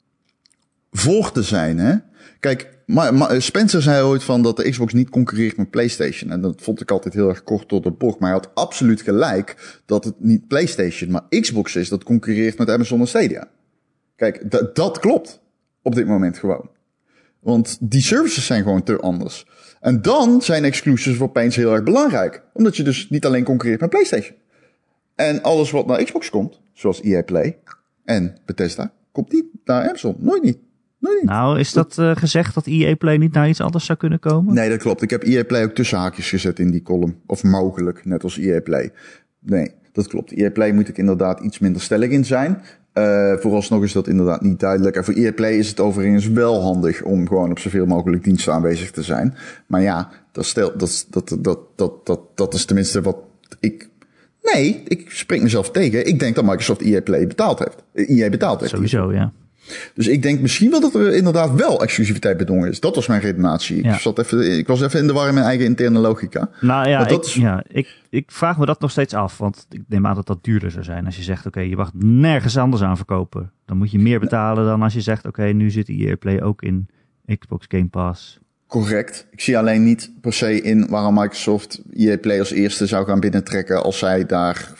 voor te zijn, hè. Kijk, maar, maar Spencer zei ooit van dat de Xbox niet concurreert met PlayStation. En dat vond ik altijd heel erg kort door de bocht. Maar hij had absoluut gelijk dat het niet PlayStation, maar Xbox is dat concurreert met Amazon en Stadia. Kijk, d- dat klopt op dit moment gewoon. Want die services zijn gewoon te anders. En dan zijn exclusives opeens heel erg belangrijk. Omdat je dus niet alleen concurreert met PlayStation. En alles wat naar Xbox komt, zoals E A Play en Bethesda, komt niet naar Amazon. Nooit niet. Nee, nou, is dat uh, gezegd dat E A Play niet naar iets anders zou kunnen komen? Nee, dat klopt. Ik heb E A Play ook tussen haakjes gezet in die column. Of mogelijk, net als E A Play. Nee, dat klopt. E A Play moet ik inderdaad iets minder stellig in zijn. Uh, vooralsnog is dat inderdaad niet duidelijk. En voor E A Play is het overigens wel handig om gewoon op zoveel mogelijk diensten aanwezig te zijn. Maar ja, dat, stel, dat, dat, dat, dat, dat, dat is tenminste wat ik... Nee, ik spreek mezelf tegen. Ik denk dat Microsoft E A Play betaald heeft. E A betaald heeft. Sowieso, ja. Dus ik denk misschien wel dat er inderdaad wel exclusiviteit bedongen is. Dat was mijn redenatie. Ik, Ja. zat even, ik was even in de war in mijn eigen interne logica. Nou ja, dat ik, is... ja ik, ik vraag me dat nog steeds af. Want ik neem aan dat dat duurder zou zijn. Als je zegt, oké, okay, je mag nergens anders aan verkopen. Dan moet je meer betalen dan als je zegt, oké, okay, nu zit E A Play ook in Xbox Game Pass. Correct. Ik zie alleen niet per se in waarom Microsoft E A Play als eerste zou gaan binnentrekken als zij daar...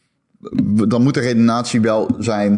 Dan moet de redenatie wel zijn...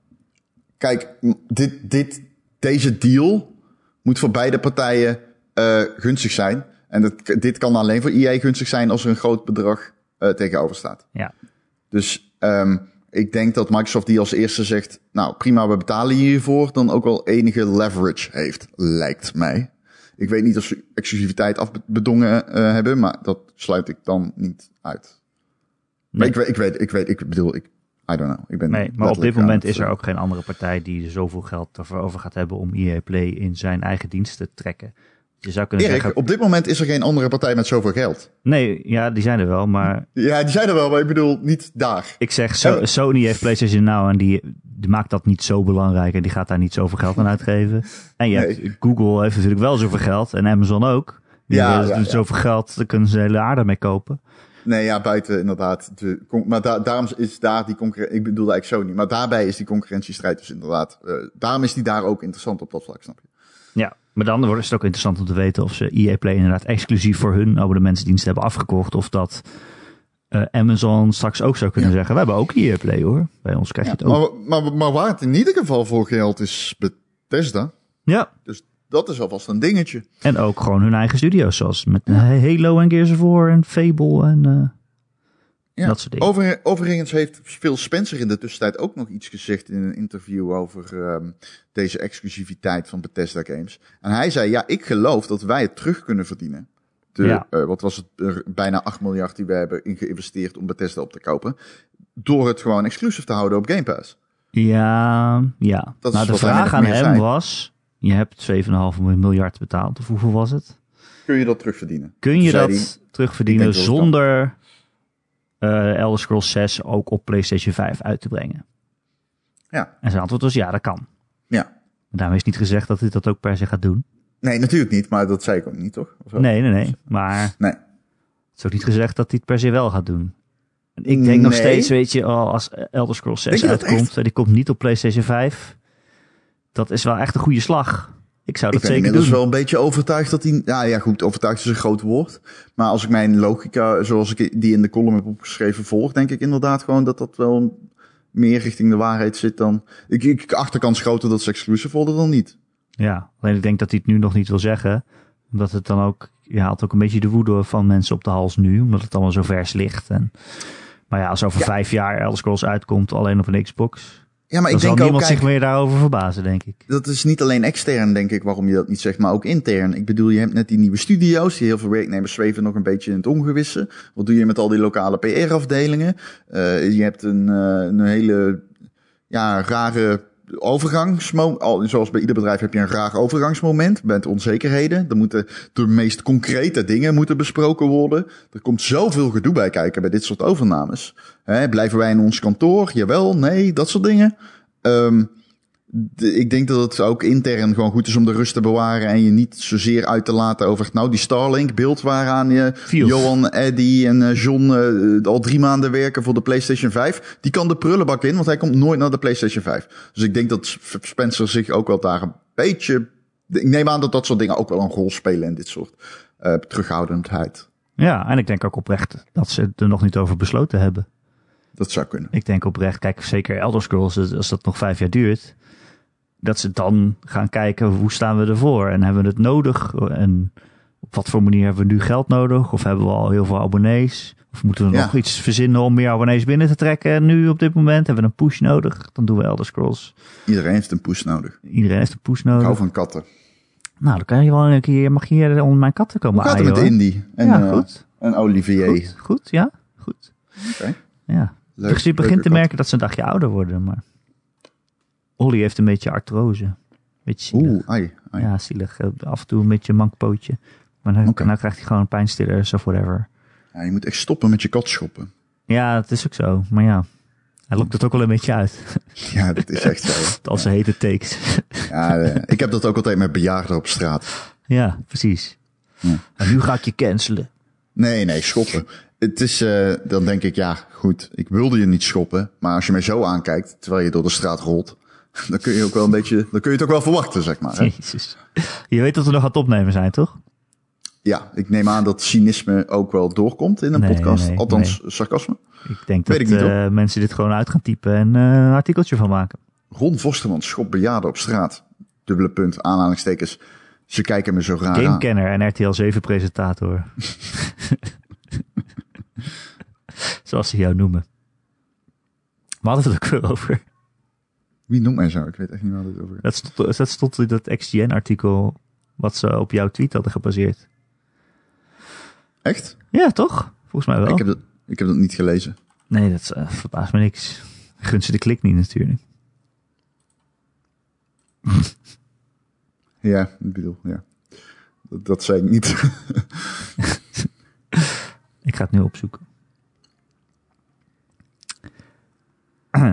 Kijk, dit, dit, deze deal moet voor beide partijen uh, gunstig zijn. En dat, dit kan alleen voor E A gunstig zijn als er een groot bedrag uh, tegenover staat. Ja. Dus um, ik denk dat Microsoft die als eerste zegt... Nou, prima, we betalen hiervoor. Dan ook wel enige leverage heeft, lijkt mij. Ik weet niet of ze exclusiviteit afbedongen uh, hebben, maar dat sluit ik dan niet uit. Nee. Maar ik weet, ik weet, ik weet, ik bedoel, ik, I don't know. Ik ben nee, maar op dit moment het, is er ook geen andere partij die zoveel geld ervoor over gaat hebben om E A Play in zijn eigen dienst te trekken. Je zou kunnen Erik, zeggen... op dit moment is er geen andere partij met zoveel geld. Nee, ja, die zijn er wel, maar... Ja, die zijn er wel, maar ik bedoel, niet daar. Ik zeg, so- Sony heeft PlayStation Now en die, die maakt dat niet zo belangrijk en die gaat daar niet zoveel geld aan uitgeven. En je nee. hebt, Google heeft natuurlijk wel zoveel geld en Amazon ook. Die ja, hebben ja, ja. zoveel geld, daar kunnen ze de hele aarde mee kopen. Nee, ja, buiten inderdaad. De, maar da- daarom is daar die concurrentie... Ik bedoel eigenlijk Sony, maar daarbij is die concurrentiestrijd dus inderdaad... Uh, daarom is die daar ook interessant op dat vlak, snap je? Ja, maar dan wordt het ook interessant om te weten of ze E A Play inderdaad exclusief voor hun abonnementsdienst hebben afgekocht. Of dat uh, Amazon straks ook zou kunnen ja. zeggen, we hebben ook E A Play hoor. Bij ons krijg je ja, het ook. Maar, maar, maar waar het in ieder geval voor geldt is Bethesda. Ja. Dus dat is alvast een dingetje. En ook gewoon hun eigen studio's, zoals met ja. Halo en Gears of War en Fable en uh, ja. dat soort dingen. Over, overigens heeft Phil Spencer in de tussentijd ook nog iets gezegd in een interview over um, deze exclusiviteit van Bethesda Games. En hij zei, ja, ik geloof dat wij het terug kunnen verdienen. De, ja. uh, wat was het, er, bijna acht miljard die we hebben in geïnvesteerd om Bethesda op te kopen. Door het gewoon exclusief te houden op Game Pass. Ja, ja. Dat nou, is de vraag aan hem zei. was, je hebt zeven komma vijf miljard betaald, of hoeveel was het? Kun je dat terugverdienen? Kun je dat die, terugverdienen zonder uh, Elder Scrolls zes ook op PlayStation vijf uit te brengen? Ja. En zijn antwoord was ja, dat kan. Ja. Maar daarmee is niet gezegd dat hij dat ook per se gaat doen. Nee, natuurlijk niet, maar dat zei ik ook niet, toch? Of zo? Nee, nee, nee. Maar nee. het is ook niet gezegd dat hij het per se wel gaat doen. En ik denk nee. nog steeds, weet je, als Elder Scrolls zes uitkomt, en die komt niet op PlayStation vijf, dat is wel echt een goede slag. Ik zou dat ik zeker doen. Ik ben inmiddels wel een beetje overtuigd dat hij... Ja, ja, goed, overtuigd is een groot woord. Maar als ik mijn logica, zoals ik die in de column heb opgeschreven, volg, denk ik inderdaad gewoon dat dat wel meer richting de waarheid zit dan... Ik, ik achterkans groter dat ze exclusive worden dan niet. Ja, alleen ik denk dat hij het nu nog niet wil zeggen. Omdat het dan ook... Je haalt ook een beetje de woede van mensen op de hals nu. Omdat het allemaal zo vers ligt. En, maar ja, als over ja. vijf jaar Elder Scrolls uitkomt alleen op een Xbox... Ja, maar dan ik denk zal niemand ook, kijk, zich meer daarover verbazen, denk ik. Dat is niet alleen extern, denk ik, waarom je dat niet zegt, maar ook intern. Ik bedoel, je hebt net die nieuwe studio's, die heel veel werknemers zweven nog een beetje in het ongewisse. Wat doe je met al die lokale P R-afdelingen? Uh, je hebt een, uh, een hele ja, rare overgangsmoment. Zoals bij ieder bedrijf heb je een raar overgangsmoment met onzekerheden. Er moeten de meest concrete dingen moeten besproken worden. Er komt zoveel gedoe bij kijken bij dit soort overnames. Hè, blijven wij in ons kantoor? Jawel, nee, dat soort dingen. Um, de, ik denk dat het ook intern gewoon goed is om de rust te bewaren en je niet zozeer uit te laten over nou die Starlink beeld waaraan je Fields. Johan, Eddie en uh, John uh, al drie maanden werken voor de PlayStation vijf. Die kan de prullenbak in, want hij komt nooit naar de PlayStation vijf. Dus ik denk dat Spencer zich ook wel daar een beetje... Ik neem aan dat dat soort dingen ook wel een rol spelen in dit soort uh, terughoudendheid. Ja, en ik denk ook oprecht dat ze er nog niet over besloten hebben. Dat zou kunnen. Ik denk oprecht, kijk, zeker Elder Scrolls, als dat nog vijf jaar duurt, dat ze dan gaan kijken, hoe staan we ervoor? En hebben we het nodig? En op wat voor manier hebben we nu geld nodig? Of hebben we al heel veel abonnees? Of moeten we ja. nog iets verzinnen om meer abonnees binnen te trekken? En nu op dit moment hebben we een push nodig. Dan doen we Elder Scrolls. Iedereen heeft een push nodig. Iedereen heeft een push nodig. Ik hou van katten. Nou, dan kan je wel een keer, mag je hier onder mijn katten komen. Hoe gaat het met Indy? En, ja, goed. Uh, en Olivier. Goed, goed, ja, goed. Oké. Okay. Ja. Leuk, dus je begint te merken kat. dat ze een dagje ouder worden, maar Ollie heeft een beetje artrose. Beetje zielig. Oeh, ai, ai. Ja, zielig. Af en toe een beetje een mankpootje. Maar dan, okay. dan krijgt hij gewoon pijnstillers of whatever. Ja, je moet echt stoppen met je kat shoppen. Ja, het is ook zo. Maar ja, hij lokt het ook wel een beetje uit. Ja, dat is echt zo. Als ze hete takes. Ja, uh, ik heb dat ook altijd met bejaarden op straat. Ja, precies. Ja. En nu ga ik je cancelen. Nee, nee, schoppen. Het is, uh, dan denk ik, ja, goed, ik wilde je niet schoppen. Maar als je mij zo aankijkt, terwijl je door de straat rolt, dan kun je ook wel een beetje, dan kun je het ook wel verwachten, zeg maar. Hè? Jezus. Je weet dat we nog aan het opnemen zijn, toch? Ja, ik neem aan dat cynisme ook wel doorkomt in een nee, podcast. Nee, Althans, nee. sarcasme. Ik denk weet dat ik niet, uh, mensen dit gewoon uit gaan typen en uh, een artikeltje van maken. Ron Vosterman schopt bejaarden op straat. Dubbele punt, aanhalingstekens. Ze kijken me zo raar aan. Gamekenner en R T L zeven presentator. Zoals ze jou noemen. We hadden het ook weer over. Wie noemt mij zo? Ik weet echt niet waar het over gaat. Dat stond, dat stond in dat X G N-artikel wat ze op jouw tweet hadden gebaseerd. Echt? Ja, toch? Volgens mij wel. Ik heb dat, ik heb dat niet gelezen. Nee, dat uh, verbaast me niks. Gun ze de klik niet natuurlijk. Ja, ik bedoel, ja. Dat, dat zei ik niet. Ik ga het nu opzoeken. Uh,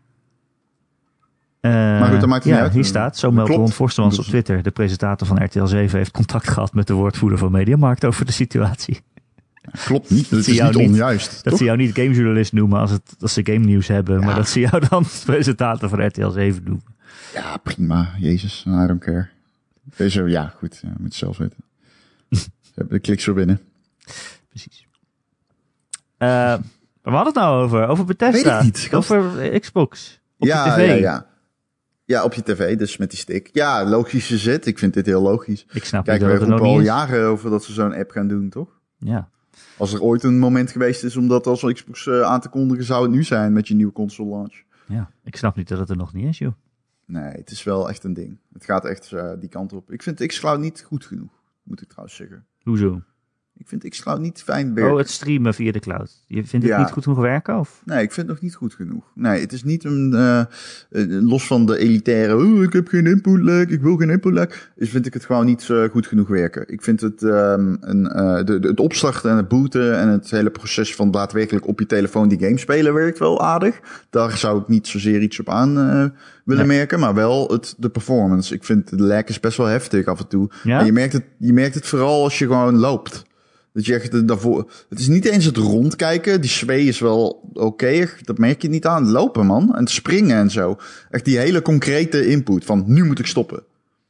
maar goed, dat maakt het ja, niet uit. Hier staat, zo meldt Ron Vostermans op Twitter. De presentator van R T L zeven heeft contact gehad met de woordvoerder van Mediamarkt over de situatie. Klopt niet, dat, dat is niet onjuist. Dat toch? ze jou niet gamejournalist noemen als, het, als ze game nieuws hebben, ja. maar dat ze jou dan presentator van R T L zeven noemen. Ja, prima. Jezus, I don't care. Deze, ja, goed, ja, moet je zelf weten. Ze hebben de kliks weer binnen. Precies. Uh, waar hadden het nou over? Over Bethesda? Weet ik niet. Over Xbox? Op ja, je tv? Ja, ja. Ja, op je tv, dus met die stick. Ja, logische zit. Ik vind dit heel logisch. Ik snap Kijk, niet we dat het er roepen nog al niet is. jaren over dat ze zo'n app gaan doen, toch? Ja. Als er ooit een moment geweest is om dat als Xbox uh, aan te kondigen, zou het nu zijn met je nieuwe console launch. Ja, ik snap niet dat het er nog niet is, joh. Nee, het is wel echt een ding. Het gaat echt uh, die kant op. Ik vind xCloud niet goed genoeg, moet ik trouwens zeggen. Hoezo? Ik vind xCloud niet fijn werken. Oh, het streamen via de cloud. Je vindt het ja. niet goed genoeg werken? Of? Nee, ik vind het nog niet goed genoeg. Nee, het is niet een... Uh, uh, los van de elitaire... Oh, ik heb geen input lag, ik wil geen input lag. Dus vind ik het gewoon niet uh, goed genoeg werken. Ik vind het... Um, een, uh, de, de, het opstarten en het booten en het hele proces van daadwerkelijk op je telefoon die game spelen werkt wel aardig. Daar zou ik niet zozeer iets op aan uh, willen nee. merken. Maar wel het, de performance. Ik vind de lag is best wel heftig af en toe. Ja? En je merkt het, je merkt het vooral als je gewoon loopt. Dat je echt daarvoor, het is niet eens het rondkijken. Die sway is wel oké. Okay, dat merk je niet aan. Lopen, man. En springen en zo. Echt die hele concrete input van nu moet ik stoppen.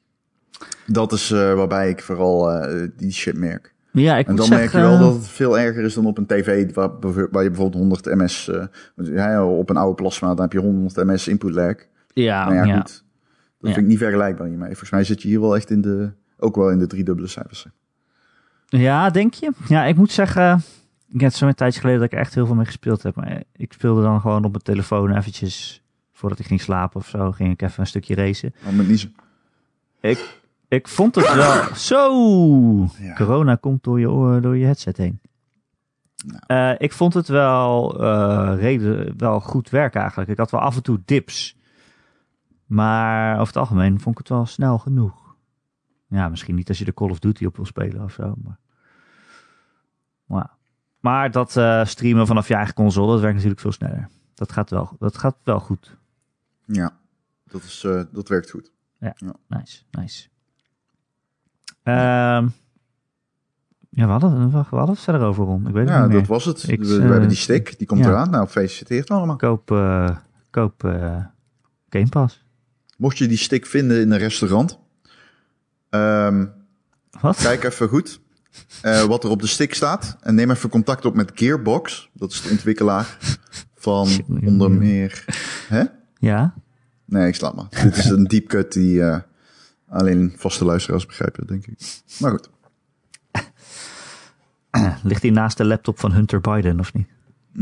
Dat is uh, waarbij ik vooral uh, die shit merk. Ja, ik en dan moet merk zeggen, je wel dat het veel erger is dan op een tv waar, waar je bijvoorbeeld honderd ms... Uh, ja, op een oude plasma dan heb je honderd ms input lag. Ja, nou ja, ja. goed. Dat ja. vind ik niet vergelijkbaar hiermee. Volgens mij zit je hier wel echt in de... Ook wel in de driedubbele cijfers. Ja, denk je? Ja, ik moet zeggen... Ik heb zo'n tijdje geleden dat ik er echt heel veel mee gespeeld heb. Maar ik speelde dan gewoon op mijn telefoon eventjes... Voordat ik ging slapen of zo, ging ik even een stukje racen. Oh, met niezen. Ik, ik vond het wel... Zo! Ja. Corona komt door je, oor, door je headset heen. Nou. Uh, ik vond het wel, uh, reden, wel goed werken eigenlijk. Ik had wel af en toe dips. Maar over het algemeen vond ik het wel snel genoeg. Ja, misschien niet als je de Call of Duty op wil spelen of zo. Maar, maar, maar dat uh, streamen vanaf je eigen console, dat werkt natuurlijk veel sneller. Dat gaat wel, dat gaat wel goed. Ja, dat, is, uh, dat werkt goed. Ja, ja. nice, nice. Uh, ja, we hadden, we hadden het verder over, Ron. Ik weet het ja, niet meer. dat was het. Ik, we, we uh, hebben die stick, die komt ja. eraan. Nou, gefeliciteerd allemaal. Koop, uh, koop uh, Game Pass. Mocht je die stick vinden in een restaurant... Um, wat? Kijk even goed uh, wat er op de stick staat. En neem even contact op met Gearbox. Dat is de ontwikkelaar van onder meer... Hè? Ja? Nee, ik slaap maar. Dit is een deep cut die uh, alleen vaste luisteraars begrijpen, denk ik. Maar goed. Ligt die naast de laptop van Hunter Biden, of niet?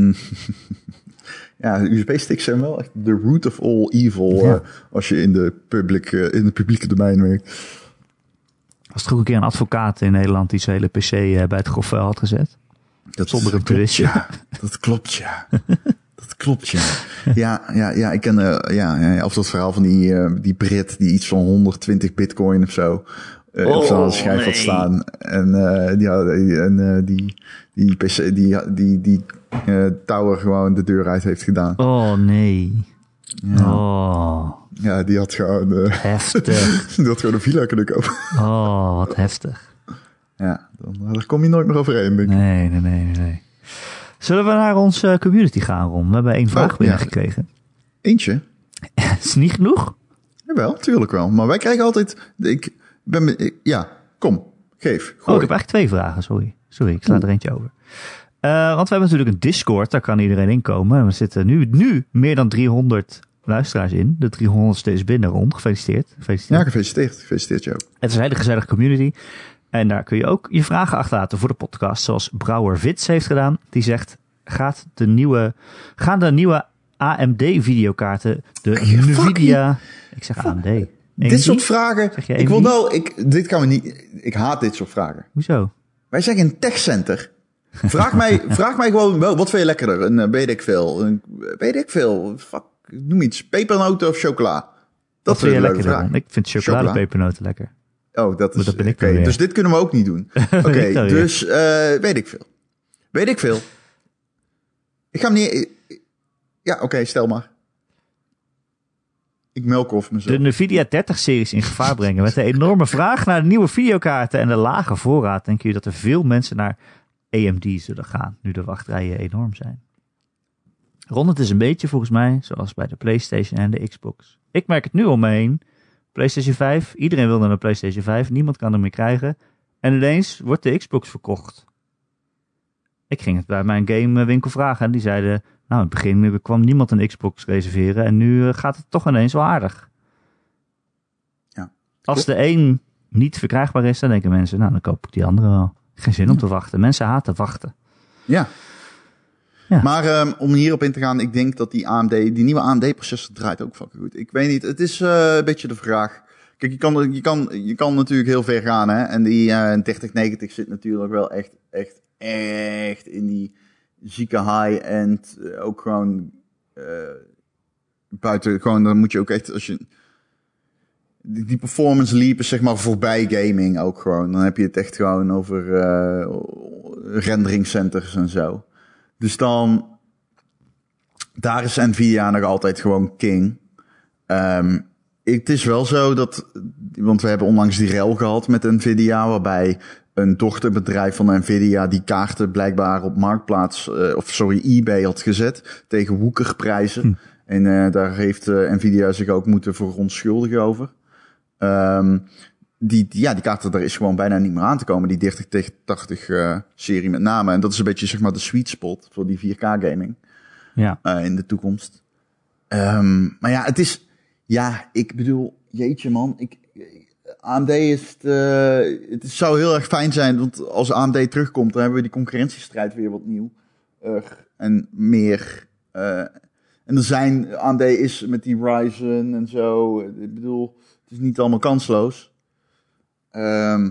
Ja, U S B-sticks zijn wel echt the root of all evil. Ja. Uh, als je in de, public, uh, in de publieke domein werkt. Was er ook een keer een advocaat in Nederland die zijn hele P C uh, bij het grofvuil had gezet? Dat, Zonder een puristje. Ja, dat klopt, ja. Dat klopt, ja. Ja, ja, ja ik ken uh, ja, ja, of dat verhaal van die, uh, die Brit die iets van honderdtwintig bitcoin of zo uh, oh, op zijn schijf nee. had staan. En, uh, die, en uh, die, die, P C, die, die, die uh, tower gewoon de deur uit heeft gedaan. Oh, nee. Ja. Oh. Ja, die had gewoon... Uh, heftig. die had gewoon een villa kunnen kopen. Oh, wat heftig. Ja, dan, daar kom je nooit meer overheen, denk ik. Nee, nee, nee, nee. Zullen we naar onze community gaan, Ron? We hebben één vraag oh, binnengekregen. Ja. Eentje? Is het niet genoeg? Jawel, tuurlijk wel. Maar wij krijgen altijd... Ik ben, ik, ja, kom, geef, gooi. Oh, ik heb eigenlijk twee vragen, sorry. Sorry, ik sla er eentje over. Uh, want we hebben natuurlijk een Discord, daar kan iedereen in komen. We zitten nu, nu meer dan driehonderd luisteraars in. De driehonderdste is binnen, Ron. Gefeliciteerd. Gefeliciteerd. Ja, gefeliciteerd. Gefeliciteerd jou. Het is een hele gezellige community. En daar kun je ook je vragen achterlaten voor de podcast, zoals Brouwer Vits heeft gedaan. Die zegt, gaat de nieuwe, gaan de nieuwe A M D-videokaarten, de Nvidia... Ik zeg A M D. A M D? Dit soort vragen... Ik wil wel... Ik, dit kan we niet... Ik haat dit soort vragen. Hoezo? Wij zeggen een techcenter. Vraag mij, vraag mij gewoon, wel, wat vind je lekkerder? Een uh, weet ik veel. Een, weet ik veel. Fuck, noem iets. Pepernoten of chocola? Dat wat vind je lekkerder? Ik vind chocoladepepernoten lekker. Oh, dat is... dat ben ik okay, dus dit kunnen we ook niet doen. Oké, okay, dus uh, weet ik veel. Weet ik veel. Ik ga hem niet... Ja, oké, okay, stel maar. Ik melk of mezelf. De Nvidia dertig-series in gevaar brengen. Met de enorme vraag naar de nieuwe videokaarten en de lage voorraad, denken jullie dat er veel mensen naar A M D zullen gaan, nu de wachtrijen enorm zijn? Ron, het is een beetje volgens mij zoals bij de PlayStation en de Xbox. Ik merk het nu om me heen. PlayStation vijf, iedereen wil naar een PlayStation vijf, niemand kan hem meer krijgen. En ineens wordt de Xbox verkocht. Ik ging het bij mijn gamewinkel vragen en die zeiden, nou in het begin kwam niemand een Xbox reserveren en nu gaat het toch ineens wel aardig. Ja. Als de een niet verkrijgbaar is, dan denken mensen, nou dan koop ik die andere wel. Geen zin om ja. te wachten. Mensen haten wachten. Ja. ja. Maar um, om hierop in te gaan, ik denk dat die A M D, die nieuwe A M D-processor draait ook fucking goed. Ik weet niet, het is uh, een beetje de vraag. Kijk, je kan, je kan, je kan natuurlijk heel ver gaan, hè. En die uh, dertig negentig zit natuurlijk wel echt, echt, echt in die zieke high-end. Uh, ook gewoon uh, buiten, gewoon, dan moet je ook echt, als je... Die, die performance leap is zeg maar voorbij gaming ook gewoon. Dan heb je het echt gewoon over uh, rendering centers en zo. Dus dan... Daar is Nvidia nog altijd gewoon king. Um, het is wel zo dat... Want we hebben onlangs die rel gehad met Nvidia, waarbij een dochterbedrijf van Nvidia die kaarten blijkbaar op Marktplaats... Uh, of sorry, eBay had gezet tegen woekerprijzen. Hm. En uh, daar heeft uh, Nvidia zich ook moeten verontschuldigen over. Um, die, die, ja, die kaarten, daar is gewoon bijna niet meer aan te komen. Die dertig tachtig uh, serie met name. En dat is een beetje zeg maar de sweet spot voor die vier K gaming. Ja. Uh, in de toekomst. Um, maar ja, het is... Ja, ik bedoel... Jeetje man. Ik, A M D is... Het, uh, het zou heel erg fijn zijn. Want als A M D terugkomt, dan hebben we die concurrentiestrijd weer wat nieuw. Uh, en meer... Uh, en er zijn... A M D is met die Ryzen en zo. Ik bedoel... Het is niet allemaal kansloos. Um,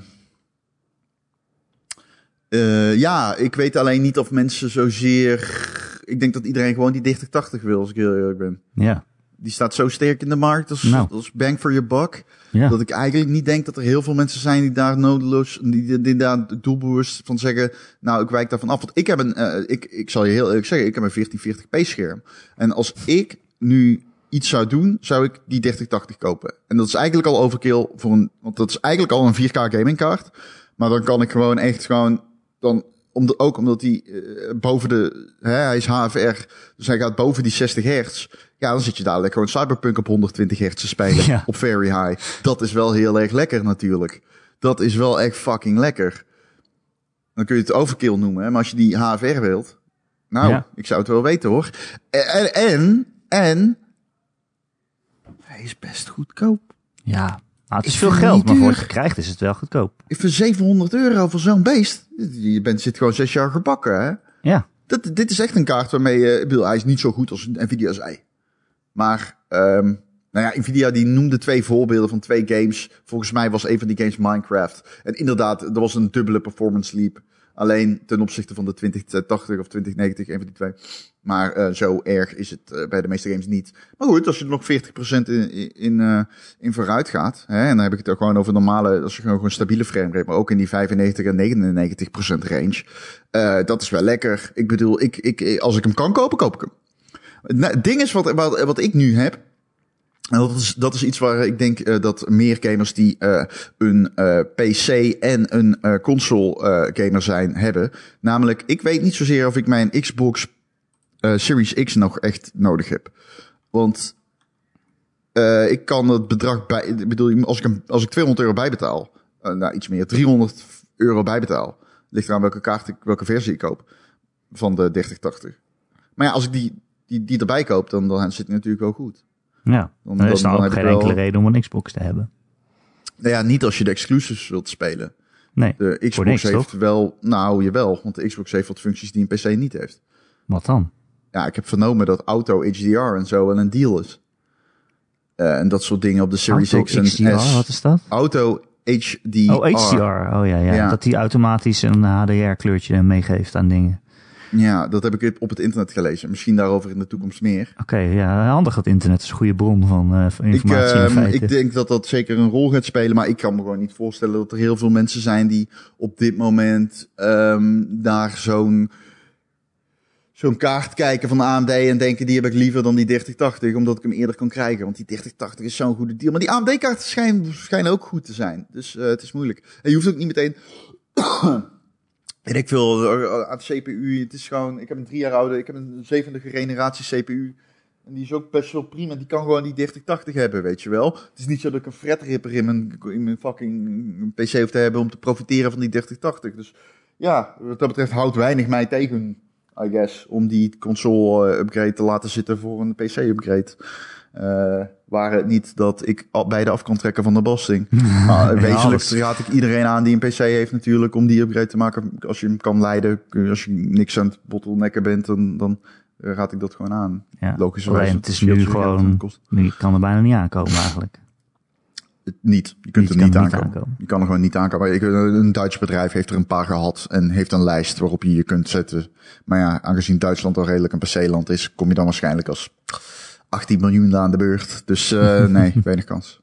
uh, ja, ik weet alleen niet of mensen zozeer... Ik denk dat iedereen gewoon die dertig tachtig wil, als ik heel eerlijk ben. Ja. Die staat zo sterk in de markt als, nou. als bang for your buck. Ja. Dat ik eigenlijk niet denk dat er heel veel mensen zijn die daar nodeloos... Die, die, die daar doelbewust van zeggen... Nou, ik wijk daarvan af. Want ik heb een... Uh, ik, ik zal je heel eerlijk zeggen, ik heb een veertien veertig p scherm. En als ik nu... iets zou doen, zou ik die dertig tachtig kopen. En dat is eigenlijk al overkill voor een... Want dat is eigenlijk al een vier K gaming kaart. Maar dan kan ik gewoon echt gewoon... Dan, om de, ook omdat hij uh, boven de... Hè, hij is H F R, dus hij gaat boven die zestig hertz. Ja, dan zit je dadelijk gewoon Cyberpunk op honderdtwintig hertz te spelen. Ja. Op very high. Dat is wel heel erg lekker natuurlijk. Dat is wel echt fucking lekker. Dan kun je het overkill noemen. Hè? Maar als je die H F R wilt... Nou, ja. Ik zou het wel weten hoor. En... En... en hij is best goedkoop. Ja, nou, het is ik veel geld, maar voor wat je krijgt is het wel goedkoop. Ik vind zevenhonderd euro voor zo'n beest. Je bent, zit gewoon zes jaar gebakken, hè? Ja. Dat, dit is echt een kaart waarmee je... Ik bedoel, hij is niet zo goed als Nvidia zei. Maar, um, nou ja, Nvidia die noemde twee voorbeelden van twee games. Volgens mij was een van die games Minecraft. En inderdaad, er was een dubbele performance leap. Alleen ten opzichte van de twintig tachtig of twintig negentig, een van die twee. Maar uh, zo erg is het uh, bij de meeste games niet. Maar goed, als je er nog veertig procent in, in, uh, in vooruit gaat. Hè, en dan heb ik het ook gewoon over normale, als je gewoon een stabiele framerate. Maar ook in die vijfennegentig en negenennegentig procent range. Uh, dat is wel lekker. Ik bedoel, ik, ik, als ik hem kan kopen, koop ik hem. Het ding is wat, wat, wat ik nu heb. En dat is, dat is iets waar ik denk uh, dat meer gamers die uh, een uh, P C en een uh, console uh, gamer zijn, hebben. Namelijk, ik weet niet zozeer of ik mijn Xbox uh, Series X nog echt nodig heb. Want uh, ik kan het bedrag bij... Ik bedoel, als ik, een, als ik tweehonderd euro bijbetaal... Uh, nou, iets meer, driehonderd euro bijbetaal... ligt eraan welke kaart ik, welke versie ik koop. Van de dertig tachtig. Maar ja, als ik die, die, die erbij koop, dan, dan zit het natuurlijk wel goed. Ja, dan, dan is er ook geen enkele wel... reden om een Xbox te hebben. Nou ja, niet als je de exclusives wilt spelen. Nee, de Xbox niks, heeft toch? wel... Nou, jawel, want de Xbox heeft wat functies die een P C niet heeft. Wat dan? Ja, ik heb vernomen dat auto H D R en zo wel een deal is. Uh, en dat soort dingen op de Series auto X en H D R, S. Wat is dat? Auto H D R. Oh, H D R. Oh ja, ja, ja. Dat die automatisch een H D R-kleurtje meegeeft aan dingen. Ja, dat heb ik op het internet gelezen. Misschien daarover in de toekomst meer. Oké, okay, ja, handig dat internet is een goede bron van, uh, van informatie ik, en feiten. Ik denk dat dat zeker een rol gaat spelen, maar ik kan me gewoon niet voorstellen dat er heel veel mensen zijn die op dit moment um, naar zo'n zo'n kaart kijken van A M D en denken die heb ik liever dan die dertig tachtig, omdat ik hem eerder kan krijgen. Want die dertig tachtig is zo'n goede deal. Maar die A M D-kaarten schijnen, schijnen ook goed te zijn. Dus uh, het is moeilijk. En je hoeft ook niet meteen... En ik wil aan de C P U, het is gewoon, ik heb een drie jaar oude, ik heb een zevende generatie C P U. En die is ook best wel prima, die kan gewoon die dertig tachtig hebben, weet je wel. Het is niet zo dat ik een threadripper in mijn, in mijn fucking P C hoef te hebben om te profiteren van die dertig tachtig. Dus ja, wat dat betreft houdt weinig mij tegen, I guess, om die console upgrade te laten zitten voor een P C upgrade. Uh, waar het niet dat ik al beide af kan trekken van de belasting. Maar wezenlijk raad ik iedereen aan die een P C heeft natuurlijk om die upgrade te maken. Als je hem kan leiden, als je niks aan het bottlenecken bent, dan, dan raad ik dat gewoon aan. Ja, logischerwijze. Het is nu gewoon, je kan er bijna niet aankomen eigenlijk. Het niet. Je kunt niet, er niet, niet aankomen. aankomen. Je kan er gewoon niet aankomen. Een Duits bedrijf heeft er een paar gehad en heeft een lijst waarop je je kunt zetten. Maar ja, aangezien Duitsland al redelijk een P C-land is, kom je dan waarschijnlijk als achttien miljoen aan de beurt. Dus uh, nee, weinig kans.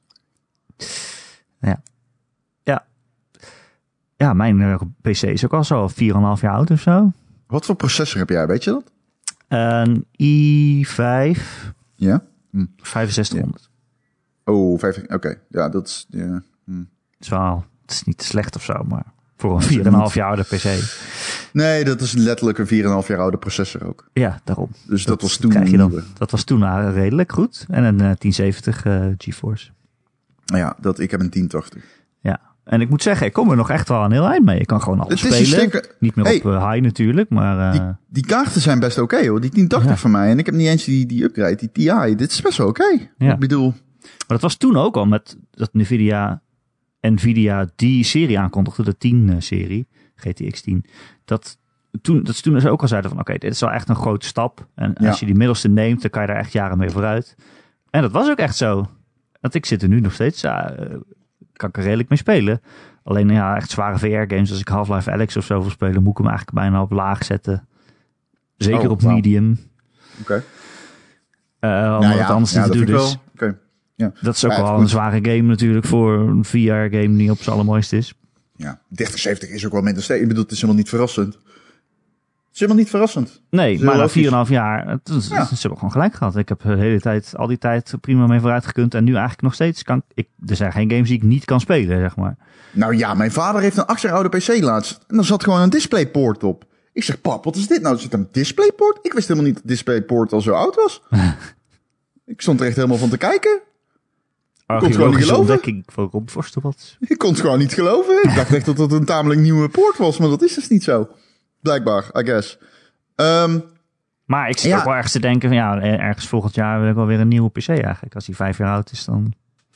Ja. Ja. Ja, mijn uh, P C is ook al zo vier komma vijf jaar oud of zo. Wat voor processor heb jij, weet je dat? Een i vijf. Ja? Hm. vijfenzestighonderd. Ja. Oh, vijf. Oké. Okay. Ja, dat is... Ja. Hm. Het is wel... Het is niet slecht of zo, maar voor een vier komma vijf jaar oude P C. Nee, dat is letterlijk een vier komma vijf jaar oude processor ook. Ja, daarom. Dus dat, dat was toen... Je dan. Dat was toen uh, redelijk goed. En een uh, tien zeventig uh, GeForce. Ja, dat, ik heb een tien tachtig. Ja. En ik moet zeggen, ik kom er nog echt wel een heel eind mee. Ik kan gewoon alles spelen. Sticker... Niet meer hey, op uh, high natuurlijk, maar... Uh... Die, die kaarten zijn best oké okay, hoor. Die tien tachtig ja. van mij. En ik heb niet eens die, die upgrade, die T I. Dit is best wel oké. Okay. Ja. Ik bedoel... Maar dat was toen ook al met dat Nvidia... Nvidia die serie aankondigde, de tien-serie, G T X tien. Dat toen, dat toen ze ook al zeiden van, oké, okay, dit is wel echt een grote stap. En ja. als je die middelste neemt, dan kan je daar echt jaren mee vooruit. En dat was ook echt zo. Want ik zit er nu nog steeds, uh, kan ik er redelijk mee spelen. Alleen ja, echt zware V R-games, als ik Half-Life Alyx of zo wil spelen, moet ik hem eigenlijk bijna op laag zetten. Zeker oh, op wow. medium. Oké. Okay. Uh, om nou, het ja, anders ja, te doen. Dus. Okay. Ja. Dat is ook ja, wel een zware game natuurlijk voor een V R-game die op z'n allermooiste is. Ja, dertig zeventig is ook wel minder steeds. Ik bedoel, het is helemaal niet verrassend. Het is helemaal niet verrassend. Nee, maar na vier komma vijf jaar, het is, ja. ze hebben gewoon gelijk gehad. Ik heb de hele tijd, al die tijd prima mee vooruit gekund. En nu eigenlijk nog steeds kan ik, er zijn geen games die ik niet kan spelen, zeg maar. Nou ja, mijn vader heeft een acht jaar oude P C laatst. En daar zat gewoon een DisplayPort op. Ik zeg, pap, wat is dit nou? Er zit een DisplayPort? Ik wist helemaal niet dat DisplayPort al zo oud was. Ik stond er echt helemaal van te kijken. Ik kon het gewoon niet geloven. Ontdekking voor Rob Forstelbats. Ik kon het gewoon niet geloven. Ik dacht echt dat het een tamelijk nieuwe poort was, maar dat is dus niet zo. Blijkbaar, I guess. Um, maar ik zit ja. ook wel ergens te denken van ja, ergens volgend jaar wil ik wel weer een nieuwe P C eigenlijk. Als die vijf jaar oud is, dan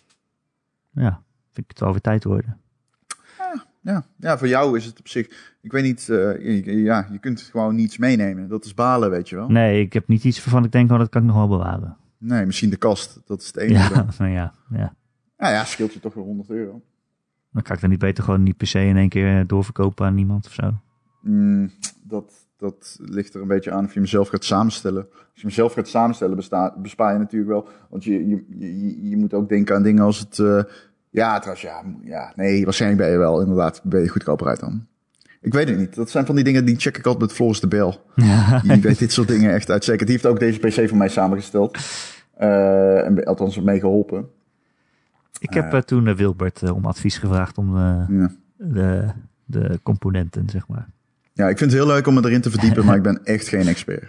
ja, vind ik het wel weer tijd worden. Ja, ja. ja, voor jou is het op zich, ik weet niet, uh, je, ja, je kunt gewoon niets meenemen. Dat is balen, weet je wel. Nee, ik heb niet iets waarvan ik denk, oh, dat kan ik nog wel bewaren. Nee, misschien de kast. Dat is het enige. Ja, nou ja, ja. Nou ja, scheelt je toch weer honderd euro. Dan kan ik dan niet beter gewoon die P C in één keer doorverkopen aan niemand of zo. Mm, dat, dat ligt er een beetje aan of je hem zelf gaat samenstellen. Als je hem zelf gaat samenstellen, besta- bespaar je natuurlijk wel. Want je, je, je, je moet ook denken aan dingen als het... Uh, ja, trouwens, ja, ja, nee, waarschijnlijk ben je wel inderdaad ben je goedkoper uit dan. Ik weet het niet. Dat zijn van die dingen die check ik altijd met Floris de Bijl. Ja. Die weet dit soort dingen echt uitzeker. Die heeft ook deze P C voor mij samengesteld. Uh, en althans mee geholpen. Ik heb uh, toen uh, Wilbert uh, om advies gevraagd om uh, ja. de, de componenten, zeg maar. Ja, ik vind het heel leuk om me erin te verdiepen, maar ik ben echt geen expert.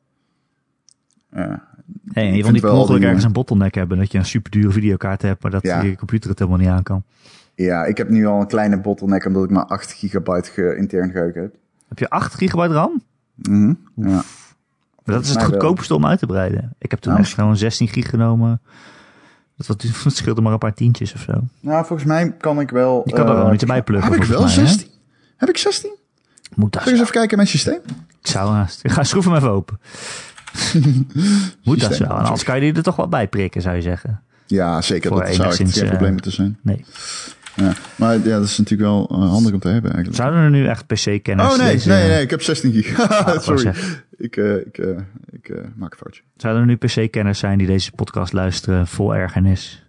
Ja. Hey, en je wil niet mogelijk ergens een bottleneck hebben, dat je een superdure videokaart hebt, maar dat ja. je computer het helemaal niet aan kan. Ja, ik heb nu al een kleine bottleneck, omdat ik maar acht gigabyte ge- intern geheugen heb. Heb je acht gigabyte RAM? Mm-hmm. Ja. Maar dat is het goedkoopste wel. Om uit te breiden. Ik heb toen nou, echt gewoon zestien gig genomen. Dat, wat, dat scheelde maar een paar tientjes of zo. Nou, volgens mij kan ik wel... Je kan er uh, wel iets bij plukken. Heb ik wel mij, zestien? Hè? Heb ik zestien? Moet dat Zal ik eens even kijken in mijn systeem? Ik zou haast. Ik ga schroef hem even open. Moet dat zo. En anders kan je er toch wat bij prikken, zou je zeggen. Ja, zeker. Voor dat zou echt geen uh, probleem moeten zijn. Nee. Ja, maar ja, dat is natuurlijk wel uh, handig om te hebben eigenlijk. Zouden er nu echt P C-kenners... Oh nee, deze, nee, nee, ik heb zestien gig. Ah, Sorry, ik, uh, ik, uh, ik uh, maak een foutje. Zouden er nu P C-kenners zijn die deze podcast luisteren vol ergernis?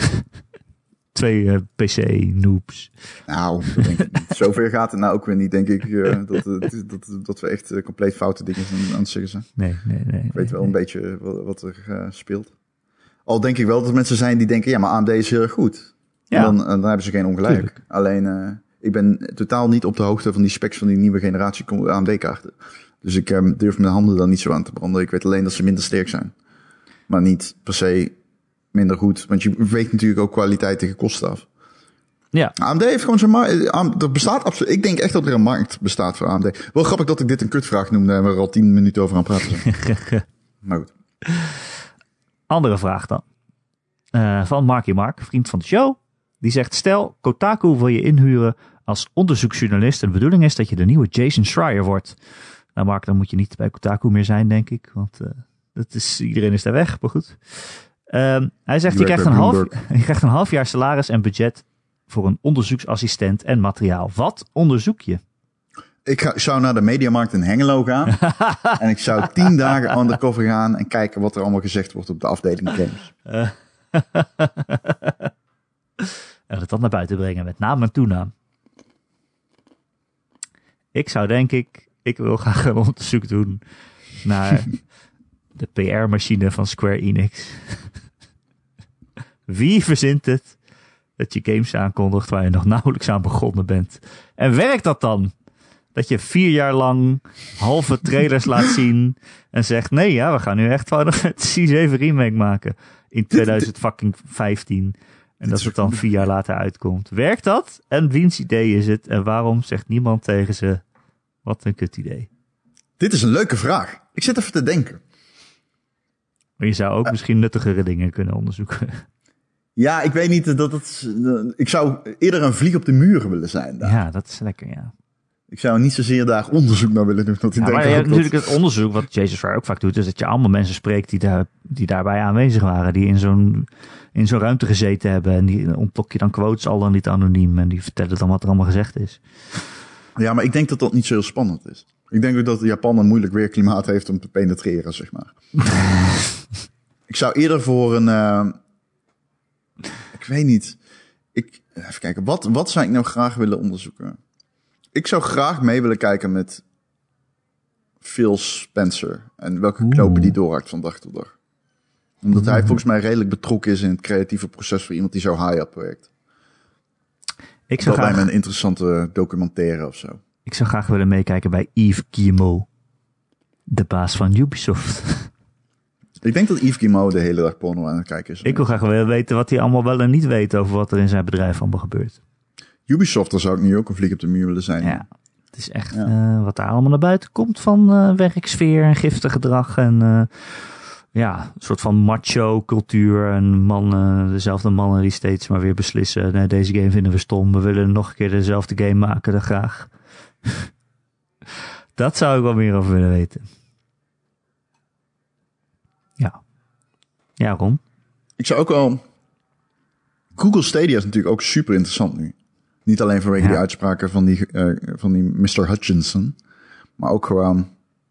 Twee uh, P C-noobs. Nou, dat denk ik niet. Zover gaat het nou ook weer niet, denk ik. Uh, dat, dat, dat, dat we echt uh, compleet foute dingen aan het zeggen zijn. Nee, nee, nee. Ik weet nee, wel nee. een beetje wat, wat er uh, speelt. Al denk ik wel dat er mensen zijn die denken... ja, maar A M D is heel erg goed. Ja. Dan, dan hebben ze geen ongelijk. Tuurlijk. Alleen, uh, ik ben totaal niet op de hoogte van die specs van die nieuwe generatie A M D-kaarten. Dus ik um, durf mijn handen dan niet zo aan te branden. Ik weet alleen dat ze minder sterk zijn. Maar niet per se minder goed. Want je weet natuurlijk ook kwaliteit tegen kosten af. Ja. A M D heeft gewoon zijn markt. Er bestaat absoluut. Ik denk echt dat er een markt bestaat voor A M D. Wel grappig dat ik dit een kutvraag noemde en we er al tien minuten over aan praten zijn. Maar goed. Andere vraag dan. Uh, van Marky Mark, vriend van de show. Die zegt, stel, Kotaku wil je inhuren als onderzoeksjournalist. En de bedoeling is dat je de nieuwe Jason Schreier wordt. Nou Mark, dan moet je niet bij Kotaku meer zijn, denk ik. Want uh, dat is, iedereen is daar weg, maar goed. Um, hij zegt, je krijgt, een half, je krijgt een half jaar salaris en budget voor een onderzoeksassistent en materiaal. Wat onderzoek je? Ik ga, zou naar de Mediamarkt in Hengelo gaan. En ik zou tien dagen undercover gaan en kijken wat er allemaal gezegd wordt op de afdeling games. Uh, en het dan naar buiten brengen met naam en toenaam. Ik zou denk ik, ik wil graag een onderzoek doen naar de P R-machine van Square Enix. Wie verzint het dat je games aankondigt waar je nog nauwelijks aan begonnen bent? En werkt dat dan? Dat je vier jaar lang halve trailers laat zien en zegt, nee ja, we gaan nu echt Final Fantasy zeven remake maken in twintig vijftien. En dat het dan vier jaar later uitkomt. Werkt dat? En wiens idee is het? En waarom zegt niemand tegen ze, wat een kut idee? Dit is een leuke vraag. Ik zit even te denken. Maar je zou ook uh, misschien nuttigere dingen kunnen onderzoeken. Ja, ik weet niet dat het... Ik zou eerder een vlieg op de muur willen zijn daar. Ja, dat is lekker, ja. Ik zou niet zozeer daar onderzoek naar willen doen. Dat ik ja, denk maar je hebt dat... natuurlijk het onderzoek, wat Jason Schreier ook vaak doet, is dat je allemaal mensen spreekt die, daar, die daarbij aanwezig waren. Die in zo'n, in zo'n ruimte gezeten hebben. En die ontplok je dan quotes al dan niet anoniem. En die vertellen dan wat er allemaal gezegd is. Ja, maar ik denk dat dat niet zo heel spannend is. Ik denk ook dat Japan een moeilijk weerklimaat heeft om te penetreren, zeg maar. Ik zou eerder voor een... Uh... Ik weet niet. Ik... Even kijken. Wat, wat zou ik nou graag willen onderzoeken? Ik zou graag mee willen kijken met Phil Spencer. En welke knopen die doorhakt van dag tot dag. Omdat Oeh. hij volgens mij redelijk betrokken is in het creatieve proces voor iemand die zo high-up werkt. Ik zou dat graag... lijkt me een interessante documentaire of zo. Ik zou graag willen meekijken bij Yves Guillemot. De baas van Ubisoft. Ik denk dat Yves Guillemot de hele dag porno aan het kijken is. Ik wil graag willen weten wat hij allemaal wel en niet weet over wat er in zijn bedrijf allemaal gebeurt. Ubisoft, daar zou ik nu ook een vlieg op de muur willen zijn. Ja, het is echt ja. uh, wat daar allemaal naar buiten komt van uh, werksfeer en giftig gedrag. En uh, ja, een soort van macho cultuur. En mannen, dezelfde mannen die steeds maar weer beslissen. Nee, deze game vinden we stom. We willen nog een keer dezelfde game maken, dan graag. Dat zou ik wel meer over willen weten. Ja. Ja, Ron? Ik zou ook wel... Google Stadia is natuurlijk ook super interessant nu. Niet alleen vanwege Ja. die uitspraken van die, uh, van die mister Hutchinson, maar ook gewoon,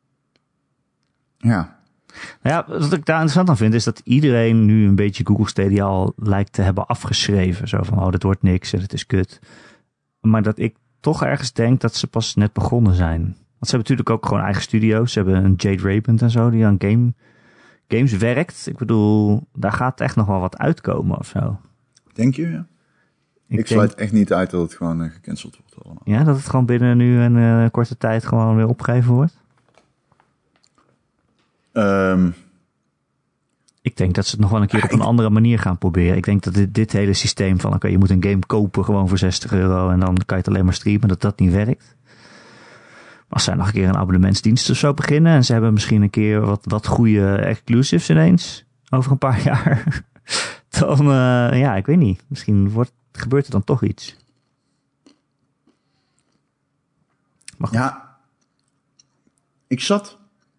ja. Nou ja, wat ik daar interessant aan vind, is dat iedereen nu een beetje Google Stadia al lijkt te hebben afgeschreven. Zo van, oh, dit wordt niks en het is kut. Maar dat ik toch ergens denk dat ze pas net begonnen zijn. Want ze hebben natuurlijk ook gewoon eigen studio's. Ze hebben een Jade Raymond en zo, die aan game, games werkt. Ik bedoel, daar gaat echt nog wel wat uitkomen of zo. Denk je, ja? Ik, ik sluit denk, echt niet uit dat het gewoon uh, gecanceld wordt allemaal. Ja, dat het gewoon binnen nu een uh, korte tijd gewoon weer opgegeven wordt? Um, ik denk dat ze het nog wel een keer op een andere manier gaan proberen. Ik denk dat dit, dit hele systeem van, oké, okay, je moet een game kopen gewoon voor zestig euro en dan kan je het alleen maar streamen, dat dat niet werkt. Maar als zij nog een keer een abonnementsdienst of zo beginnen en ze hebben misschien een keer wat, wat goede exclusives ineens over een paar jaar, dan, uh, ja, ik weet niet. Misschien wordt, gebeurt er dan toch iets. Maar goed. Ja, ik zat...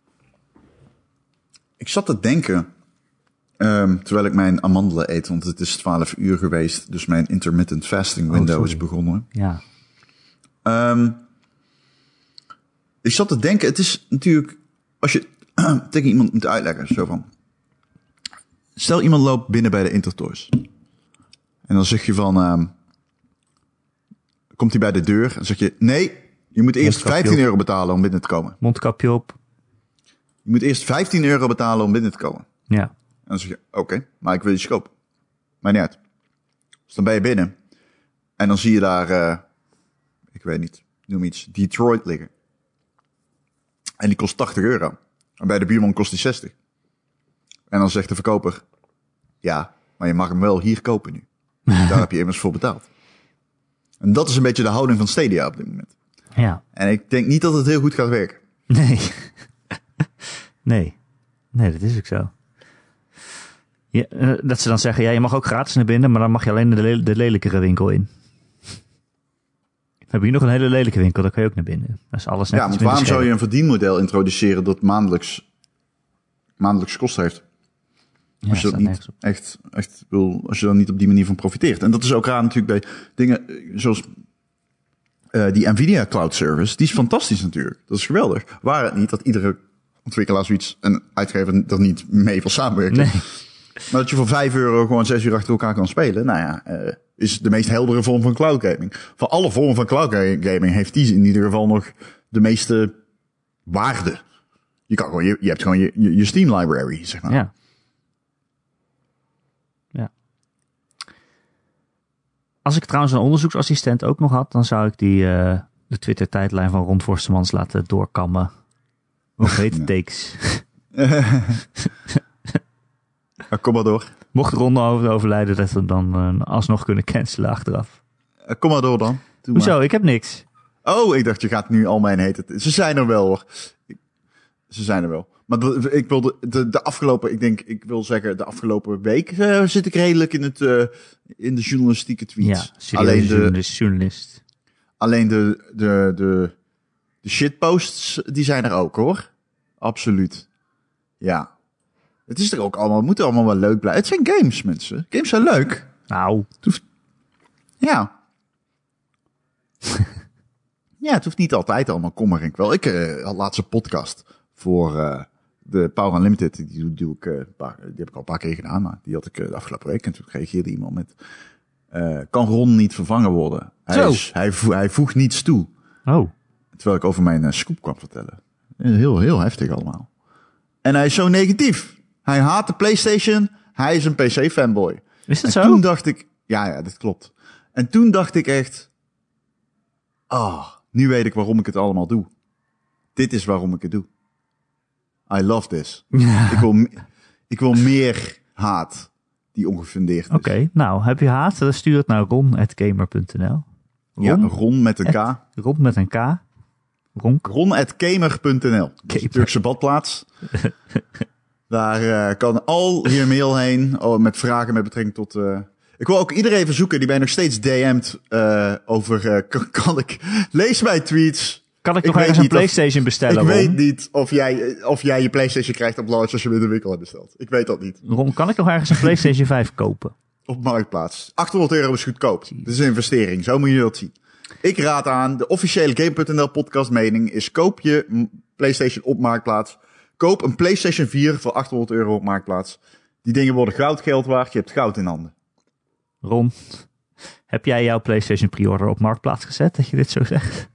Ik zat te denken, um, terwijl ik mijn amandelen eet, want het is twaalf uur geweest, dus mijn intermittent fasting window oh, is begonnen. Ja. Um, ik zat te denken, het is natuurlijk, als je tegen iemand moet uitleggen, zo van, stel iemand loopt binnen bij de Intertoys. En dan zeg je van, um, komt hij bij de deur en zeg je, nee, je moet eerst vijftien euro betalen om binnen te komen. Mondkapje op. Je moet eerst vijftien euro betalen om binnen te komen. Ja. En dan zeg je, oké, okay, maar ik wil iets kopen. Maakt niet uit. Dus dan ben je binnen. En dan zie je daar, uh, ik weet niet, noem iets, Detroit liggen. En die kost tachtig euro. En bij de buurman kost die zestig. En dan zegt de verkoper, ja, maar je mag hem wel hier kopen nu. Daar heb je immers voor betaald. En dat is een beetje de houding van Stadia op dit moment. Ja. En ik denk niet dat het heel goed gaat werken. Nee. Nee, nee, dat is ook zo. Ja, dat ze dan zeggen, ja, je mag ook gratis naar binnen, maar dan mag je alleen de, le- de lelijkere winkel in. Dan heb je nog een hele lelijke winkel, dan kan je ook naar binnen. Dat is alles net ja, want waarom zou je een verdienmodel introduceren dat maandelijks, maandelijks kosten heeft? Ja, als je dat niet echt, echt wil, als je dan niet op die manier van profiteert. En dat is ook raar natuurlijk bij dingen zoals uh, die Nvidia Cloud Service. Die is fantastisch natuurlijk. Dat is geweldig. Waar het niet dat iedere ontwikkelaar zoiets en uitgever er niet mee wil samenwerken. Nee. Maar dat je voor vijf euro gewoon zes uur achter elkaar kan spelen. Nou ja, uh, is de meest heldere vorm van cloud gaming. Voor alle vormen van cloud gaming heeft die in ieder geval nog de meeste waarde. Je kan gewoon, je, je hebt gewoon je, je, je Steam library, zeg maar. Ja. Ja. Als ik trouwens een onderzoeksassistent ook nog had, dan zou ik die uh, de Twitter-tijdlijn van Ron Forstemans laten doorkammen. Hoe heet het takes? Ja, kom maar door. Mocht Ron over overlijden, dat we dan uh, alsnog kunnen cancelen achteraf. Uh, kom maar door dan. Doe Hoezo? maar. Ik heb niks. Oh, ik dacht je gaat nu al mijn heten. Ze zijn er wel hoor. Ze zijn er wel. Maar de, ik wil de, de, de afgelopen, ik denk, ik wil zeggen, de afgelopen week uh, zit ik redelijk in het uh, in de journalistieke tweets. Ja, alleen de journalist, journalist. Alleen de, de, de, de shitposts, die zijn er ook hoor. Absoluut. Ja. Het is er ook allemaal, het moet er allemaal wel leuk blijven. Het zijn games, mensen. Games zijn leuk. Nou. Het hoeft, ja. Ja, het hoeft niet altijd allemaal kommer en kwel. Ik uh, had laatst een podcast voor uh, de Power Unlimited. Die, die, doe ik, uh, paar, die heb ik al een paar keer gedaan, maar die had ik uh, de afgelopen week. En toen reageerde iemand met, uh, kan Ron niet vervangen worden? Hij, is, hij, vo- hij voegt niets toe. Oh. Terwijl ik over mijn uh, scoop kwam vertellen. Heel, heel heftig allemaal. En hij is zo negatief. Hij haat de PlayStation. Hij is een P C-fanboy. Is dat en zo? toen dacht ik, ja, ja, dat klopt. En toen dacht ik echt, ah, oh, nu weet ik waarom ik het allemaal doe. Dit is waarom ik het doe. I love this. Ja. Ik wil, ik wil meer haat die ongefundeerd is. Oké, okay, nou, heb je haat? Dan stuur het naar ron at gamer punt n l. Ron, ja, Ron met een K. Ron met een K. Ronk. Ron at gamer punt n l. Dat is de Turkse badplaats. Daar uh, kan al je mail heen oh, met vragen met betrekking tot... Uh... Ik wil ook iedereen verzoeken die mij nog steeds D M'd uh, over... Uh, kan, kan ik... Lees mijn tweets. Kan ik nog ik ergens een PlayStation of, bestellen, Ik Ron? weet niet of jij, of jij je PlayStation krijgt op launch als je hem in de winkel hebt besteld. Ik weet dat niet. Ron, kan ik nog ergens een PlayStation vijf kopen? op Marktplaats. achthonderd euro is goedkoop. Dit is een investering. Zo moet je dat zien. Ik raad aan, de officiële Game punt n l podcast mening is koop je PlayStation op Marktplaats. Koop een PlayStation vier voor achthonderd euro op Marktplaats. Die dingen worden goud geld waard. Je hebt goud in handen. Ron, heb jij jouw PlayStation pre-order op Marktplaats gezet, dat je dit zo zegt?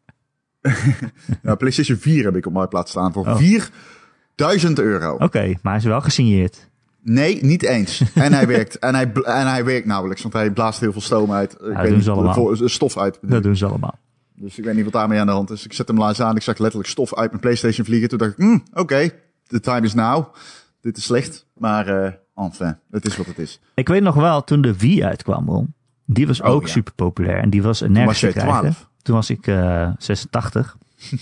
Nou, PlayStation vier heb ik op Marktplaats staan voor oh. vierduizend euro. Oké, okay, maar hij is wel gesigneerd. Nee, niet eens. En hij werkt, en hij, en hij werkt nauwelijks, want hij blaast heel veel stoom uit. Ja, dat doen ze allemaal. Stof uit. Dat doen ze allemaal. Dus ik weet niet wat daarmee aan de hand is. Ik zet hem laatst aan, ik zag letterlijk stof uit mijn PlayStation vliegen. Toen dacht ik, mm, oké, okay, the time is now. Dit is slecht, maar uh, enfin, het is wat het is. Ik weet nog wel, toen de Wii uitkwam, Ron, die was ook oh, ja. super populair. En die was nergens te krijgen. twaalf. Toen was ik uh, zesentachtig.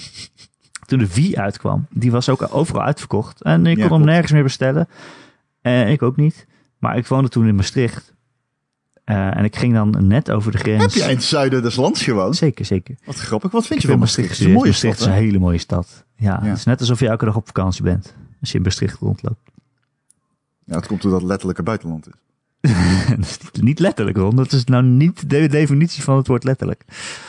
Toen de Wii uitkwam, die was ook overal uitverkocht. En ik kon ja, hem nergens meer bestellen. Uh, ik ook niet. Maar ik woonde toen in Maastricht. Uh, en ik ging dan net over de grens. Heb jij in het zuiden des lands gewoond? Zeker, zeker. Wat grappig. Wat vind je van Maastricht? Maastricht? Het is een mooie Maastricht stad, is een hele mooie stad. Ja, ja, het is net alsof je elke dag op vakantie bent. Als je in Maastricht rondloopt. Ja, het komt doordat het letterlijke buitenland is. Dat is niet, niet letterlijk, Ron. Dat is nou niet de definitie van het woord letterlijk.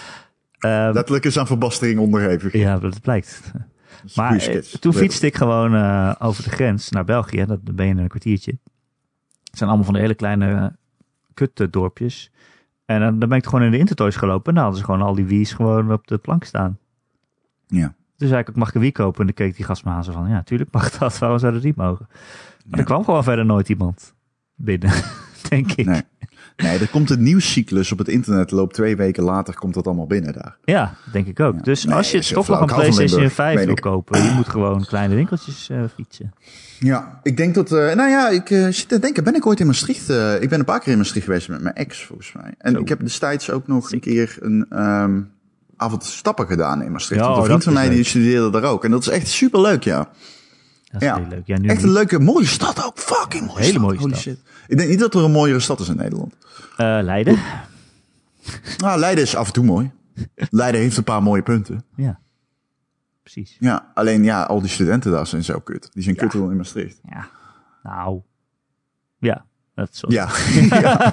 Uh, letterlijk is aan verbastering onderhevig. Ja, dat blijkt. Maar uh, toen fietste ik gewoon uh, over de grens naar België. Dat ben je in een kwartiertje. Het zijn allemaal van de hele kleine uh, kutdorpjes. En uh, dan ben ik gewoon in de Intertoys gelopen. En dan hadden ze gewoon al die Wii's gewoon op de plank staan. Ja. Dus zei ik, ik mag ik een Wii kopen? En dan keek die gast me aan zo van, ja, tuurlijk mag dat. Waarom zou dat niet mogen? Maar ja. Er kwam gewoon verder nooit iemand binnen, denk ik. Nee. Nee, er komt een nieuwscyclus op het internet. Loopt twee weken later, komt dat allemaal binnen daar. Ja, denk ik ook. Ja. Dus nee, als je toch nog een PlayStation vijf wil kopen, je moet gewoon kleine winkeltjes uh, fietsen. Ja, ik denk dat... Uh, nou ja, ik uh, zit te denken, ben ik ooit in Maastricht? Uh, ik ben een paar keer in Maastricht geweest met mijn ex, volgens mij. En Zo. ik heb destijds ook nog een keer een um, avond stappen gedaan in Maastricht. Ja, want een vriend van mij die studeerde daar ook. En dat is echt superleuk, ja. Dat is ja. heel leuk. Ja, nu echt een leuke, mooie stad ook. Fucking mooie Hele stad. mooie Holy stad. shit. Ik denk niet dat er een mooiere stad is in Nederland. Uh, Leiden? Nou, Leiden is af en toe mooi. Leiden heeft een paar mooie punten. Ja, precies. Ja, alleen ja, al die studenten daar zijn zo kut. Die zijn ja. kutter dan in Maastricht. Ja, nou. Ja, dat is zo. Ja. ja.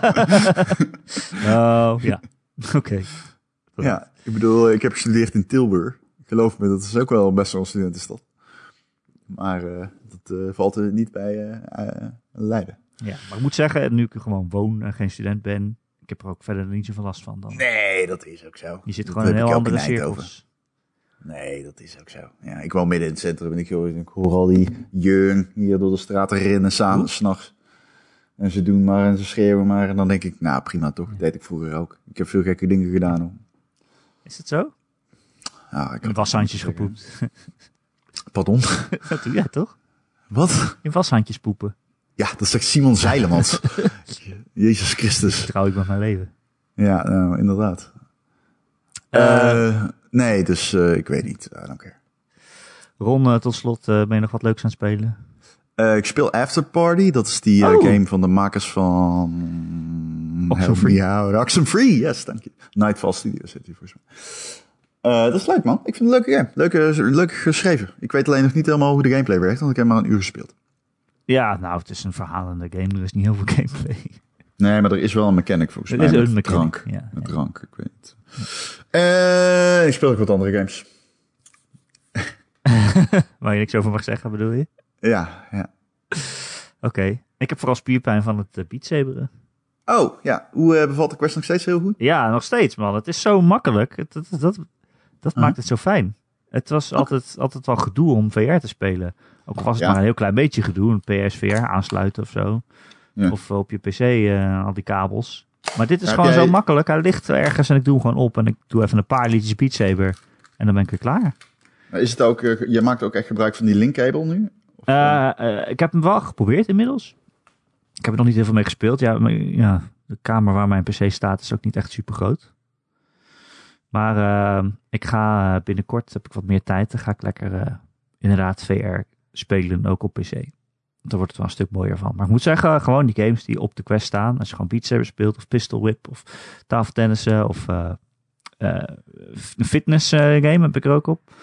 Oh, ja. Oké. Okay. Ja, ik bedoel, ik heb gestudeerd in Tilburg. Geloof me, dat is ook wel best wel een studentenstad. Maar uh, dat uh, valt er niet bij uh, uh, Leiden. Ja, maar ik moet zeggen, nu ik er gewoon woon en geen student ben, ik heb er ook verder niet zoveel last van dan. Nee, dat is ook zo. Je zit dat gewoon in een heel andere cirkels. Nee, dat is ook zo. Ja, ik woon midden in het centrum en ik hoor, ik hoor al die jeun hier door de straten rennen, s'avonds, s'nachts. En ze doen maar en ze schreeuwen maar. En dan denk ik, nou prima toch, dat deed ik vroeger ook. Ik heb veel gekke dingen gedaan. Hoor. Is het zo? Ja, ik heb washandjes gepoept. Pardon? Dat doe jij toch? Wat? In washandjes poepen. Ja, dat is echt Simon Zeilemans. Jezus Christus. Trouw ik met mijn leven. Ja, nou, inderdaad. Uh, uh, nee, dus uh, ik weet niet. I don't care. Ron, uh, tot slot, uh, ben je nog wat leuks aan het spelen? Uh, ik speel Afterparty. Dat is die uh, oh. game van de makers van... Oxenfree. Ja, Oxenfree, yes, dank je. Nightfall Studios zit hier volgens mij. Uh, dat is leuk, man. Ik vind het een leuke game. Leuke, leuk geschreven. Ik weet alleen nog niet helemaal hoe de gameplay werkt, want ik heb maar een uur gespeeld. Ja, nou, het is een verhalende game. Er is niet heel veel gameplay. Nee, maar er is wel een mechanic volgens er mij. Er is met een mechanic, drank. ja. Met ja. drank, ik weet het. Ja. Uh, ik speel ook wat andere games. Waar je niks over mag zeggen, bedoel je? Ja, ja. Oké. Okay. Ik heb vooral spierpijn van het uh, Beat Saberen. Oh, ja. Hoe uh, bevalt de quest nog steeds heel goed? Ja, nog steeds, man. Het is zo makkelijk. Het, dat dat, dat uh-huh. maakt het zo fijn. Het was okay. altijd, altijd wel gedoe om V R te spelen. Ook al was het ja. maar een heel klein beetje gedoe. Een P S V R aansluiten of zo. Ja. Of op je P C uh, al die kabels. Maar dit is ja, gewoon jij... zo makkelijk. Hij ligt ergens en ik doe hem gewoon op. En ik doe even een paar liedjes Beat Saber. En dan ben ik weer klaar. Is het ook, uh, je maakt ook echt gebruik van die linkkabel nu? Of, uh, uh, ik heb hem wel geprobeerd inmiddels. Ik heb er nog niet heel veel mee gespeeld. Ja, maar, ja, de kamer waar mijn P C staat is ook niet echt super groot. Maar uh, ik ga binnenkort, heb ik wat meer tijd, dan ga ik lekker uh, inderdaad V R spelen, ook op P C. Daar wordt het wel een stuk mooier van. Maar ik moet zeggen, gewoon die games die op de Quest staan, als je gewoon Beat Saber speelt, of Pistol Whip, of tafeltennissen, of uh, uh, een fitness uh, game heb ik er ook op.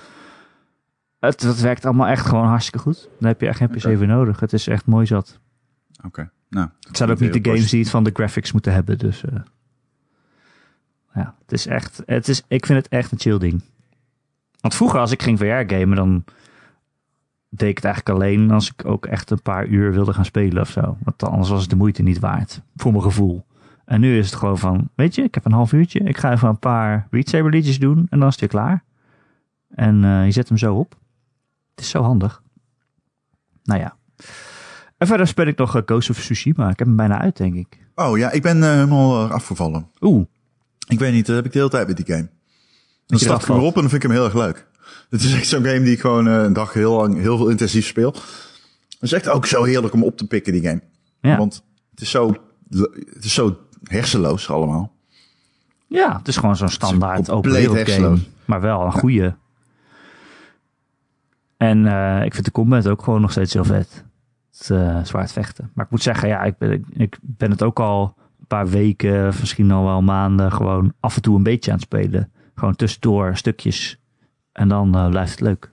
Het, het werkt allemaal echt gewoon hartstikke goed. Dan heb je echt geen P C okay. voor nodig. Het is echt mooi zat. Oké. Okay. Nou, het zijn ook niet de games die het van de graphics moeten hebben. Dus uh, ja, het is echt, het is, ik vind het echt een chill ding. Want vroeger als ik ging V R gamen, dan deed ik het eigenlijk alleen als ik ook echt een paar uur wilde gaan spelen of zo. Want anders was het de moeite niet waard, voor mijn gevoel. En nu is het gewoon van, weet je, ik heb een half uurtje. Ik ga even een paar Beat Saber liedjes doen en dan is het weer klaar. En uh, je zet hem zo op. Het is zo handig. Nou ja. En verder speel ik nog uh, Ghost of Tsushima. Ik heb hem bijna uit, denk ik. Oh ja, ik ben uh, helemaal uh, afgevallen. Oeh. Ik weet niet, dat heb ik de hele tijd met die game. Dan start ik hem erop en dan vind ik hem heel erg leuk. Het is echt zo'n game die ik gewoon uh, een dag heel lang, heel veel intensief speel. Het is echt ook zo heerlijk om op te pikken, die game. Ja. Want het is zo, het is zo hersenloos allemaal. Ja, het is gewoon zo'n standaard open wereld game. Maar wel een goede. Ja. En uh, ik vind de combat ook gewoon nog steeds heel vet. Het uh, zwaar vechten. Maar ik moet zeggen, ja, ik ben, ik, ik ben het ook al een paar weken, misschien al wel maanden, gewoon af en toe een beetje aan het spelen. Gewoon tussendoor stukjes. En dan uh, blijft het leuk.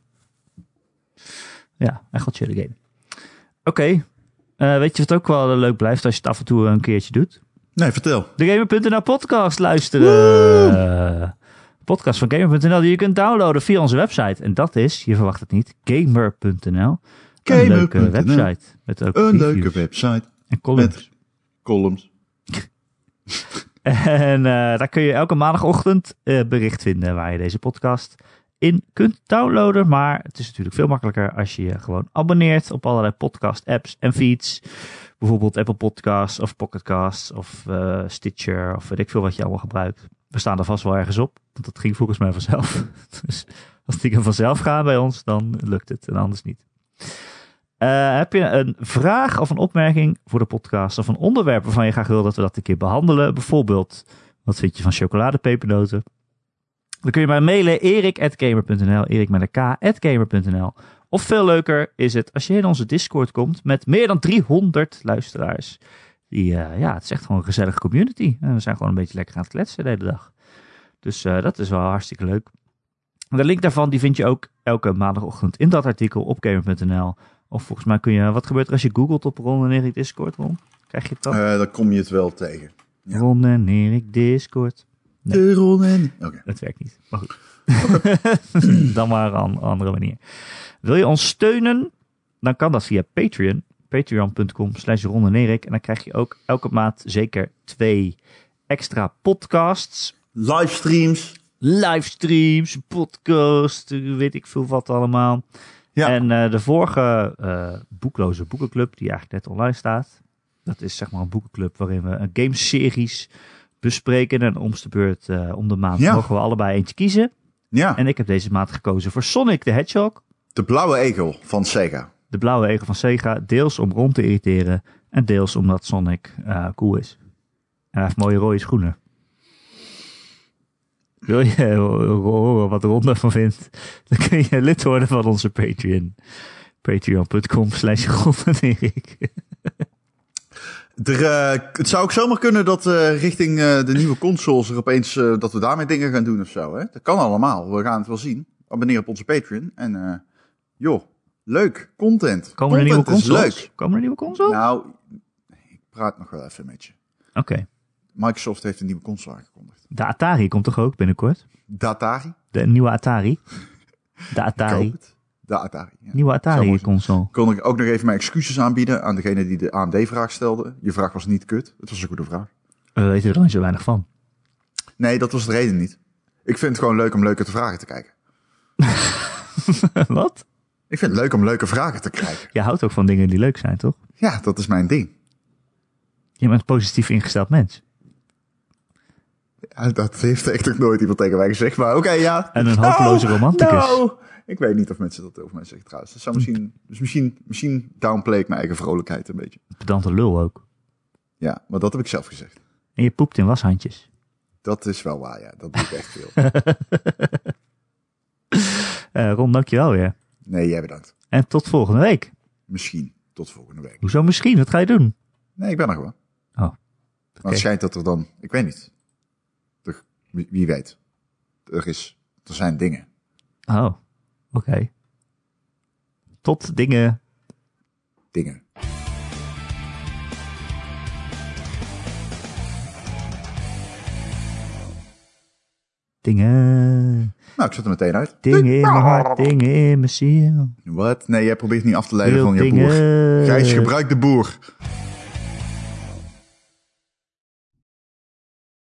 Ja, echt wel chille game. Oké. Okay. Uh, weet je wat ook wel leuk blijft als je het af en toe een keertje doet? Nee, vertel. De Gamer punt n l podcast luisteren. Uh, podcast van Gamer punt n l die je kunt downloaden via onze website. En dat is, je verwacht het niet, Gamer punt n l. Een Gamer. leuke website. Met ook een leuke website. En columns. Met columns. En uh, daar kun je elke maandagochtend uh, bericht vinden waar je deze podcast in kunt downloaden. Maar het is natuurlijk veel makkelijker als je je gewoon abonneert op allerlei podcast apps en feeds. Bijvoorbeeld Apple Podcasts of Pocket Casts of uh, Stitcher of weet ik veel wat je allemaal gebruikt. We staan er vast wel ergens op, want dat ging volgens mij vanzelf. Dus als dingen vanzelf gaan bij ons, dan lukt het en anders niet. Uh, heb je een vraag of een opmerking voor de podcast of een onderwerp waarvan je graag wil dat we dat een keer behandelen? Bijvoorbeeld, wat vind je van chocoladepepernoten? Dan kun je mij mailen erik at gamer punt n l, erik met een k at gamer punt n l. Of veel leuker is het als je in onze Discord komt met meer dan driehonderd luisteraars. Die, uh, ja, het is echt gewoon een gezellige community. En we zijn gewoon een beetje lekker aan het kletsen de hele dag. Dus uh, dat is wel hartstikke leuk. De link daarvan die vind je ook elke maandagochtend in dat artikel op gamer punt n l. Of volgens mij kun je, wat gebeurt er als je googelt op Ron en Erik Discord, Ron? Krijg je het dan? Uh, dan kom je het wel tegen. Ja. Ron en Erik Discord. Nee. De Ron en... Okay. Dat werkt niet, maar goed. Okay. Dan maar een an- andere manier. Wil je ons steunen? Dan kan dat via Patreon. Patreon punt com slash Ron en Erik. En dan krijg je ook elke maand zeker twee extra podcasts. Livestreams. Livestreams, podcasts, weet ik veel wat allemaal. Ja. En uh, de vorige uh, boekloze boekenclub, die eigenlijk net online staat. Dat is zeg maar een boekenclub waarin we een gameseries bespreken. En om de beurt, uh, om de maand, ja. mogen we allebei eentje kiezen. Ja. En ik heb deze maand gekozen voor Sonic the Hedgehog. De blauwe egel van Sega. De blauwe egel van Sega. Deels om Ron te irriteren. En deels omdat Sonic uh, cool is. En hij heeft mooie rode schoenen. Wil je horen wat Ron ervan vindt? Dan kun je lid worden van onze Patreon. Patreon punt com slash Ron en Erik. Er, uh, het zou ook zomaar kunnen dat uh, richting uh, de nieuwe consoles er opeens uh, dat we daarmee dingen gaan doen of zo. Hè? Dat kan allemaal. We gaan het wel zien. Abonneer op onze Patreon. En uh, joh, leuk. Content. Komen er nieuwe consoles? Leuk. Komen er nieuwe consoles? Nou, ik praat nog wel even met je. Oké. Okay. Microsoft heeft een nieuwe console aangekondigd. De Atari komt toch ook binnenkort? De Atari? De nieuwe Atari. De Atari. De Atari. Ja. Nieuwe Atari-console. Kon ik ook nog even mijn excuses aanbieden aan degene die de A M D-vraag stelde. Je vraag was niet kut. Het was een goede vraag. We weten er nog niet zo weinig van. Nee, dat was de reden niet. Ik vind het gewoon leuk om leuke te vragen te kijken. Wat? Ik vind het leuk om leuke vragen te krijgen. Je houdt ook van dingen die leuk zijn, toch? Ja, dat is mijn ding. Je bent een positief ingesteld mens. Ja, dat heeft echt nog nooit iemand tegen mij gezegd, maar oké, okay, ja. En een hopeloze no, romanticus. No. Ik weet niet of mensen dat over mij zeggen trouwens. Dat zou misschien, dus misschien, misschien downplay ik mijn eigen vrolijkheid een beetje. Pedante lul ook. Ja, maar dat heb ik zelf gezegd. En je poept in washandjes. Dat is wel waar, ja. Dat doe ik echt veel. uh, Ron, dankjewel weer. Nee, jij bedankt. En tot volgende week. Misschien tot volgende week. Hoezo misschien? Wat ga je doen? Nee, ik ben er gewoon. Oh. Okay. Maar het schijnt dat er dan, ik weet niet. Er, wie weet. Er is, er zijn dingen. Oh, oké. Okay. Tot dingen. Dingen. Dingen. Nou, ik zet er meteen uit. Dingen in mijn hart, dingen in mijn ziel. Wat? Nee, jij probeert niet af te leiden Wil van je dingen. boer. Gijs, gebruik de boer.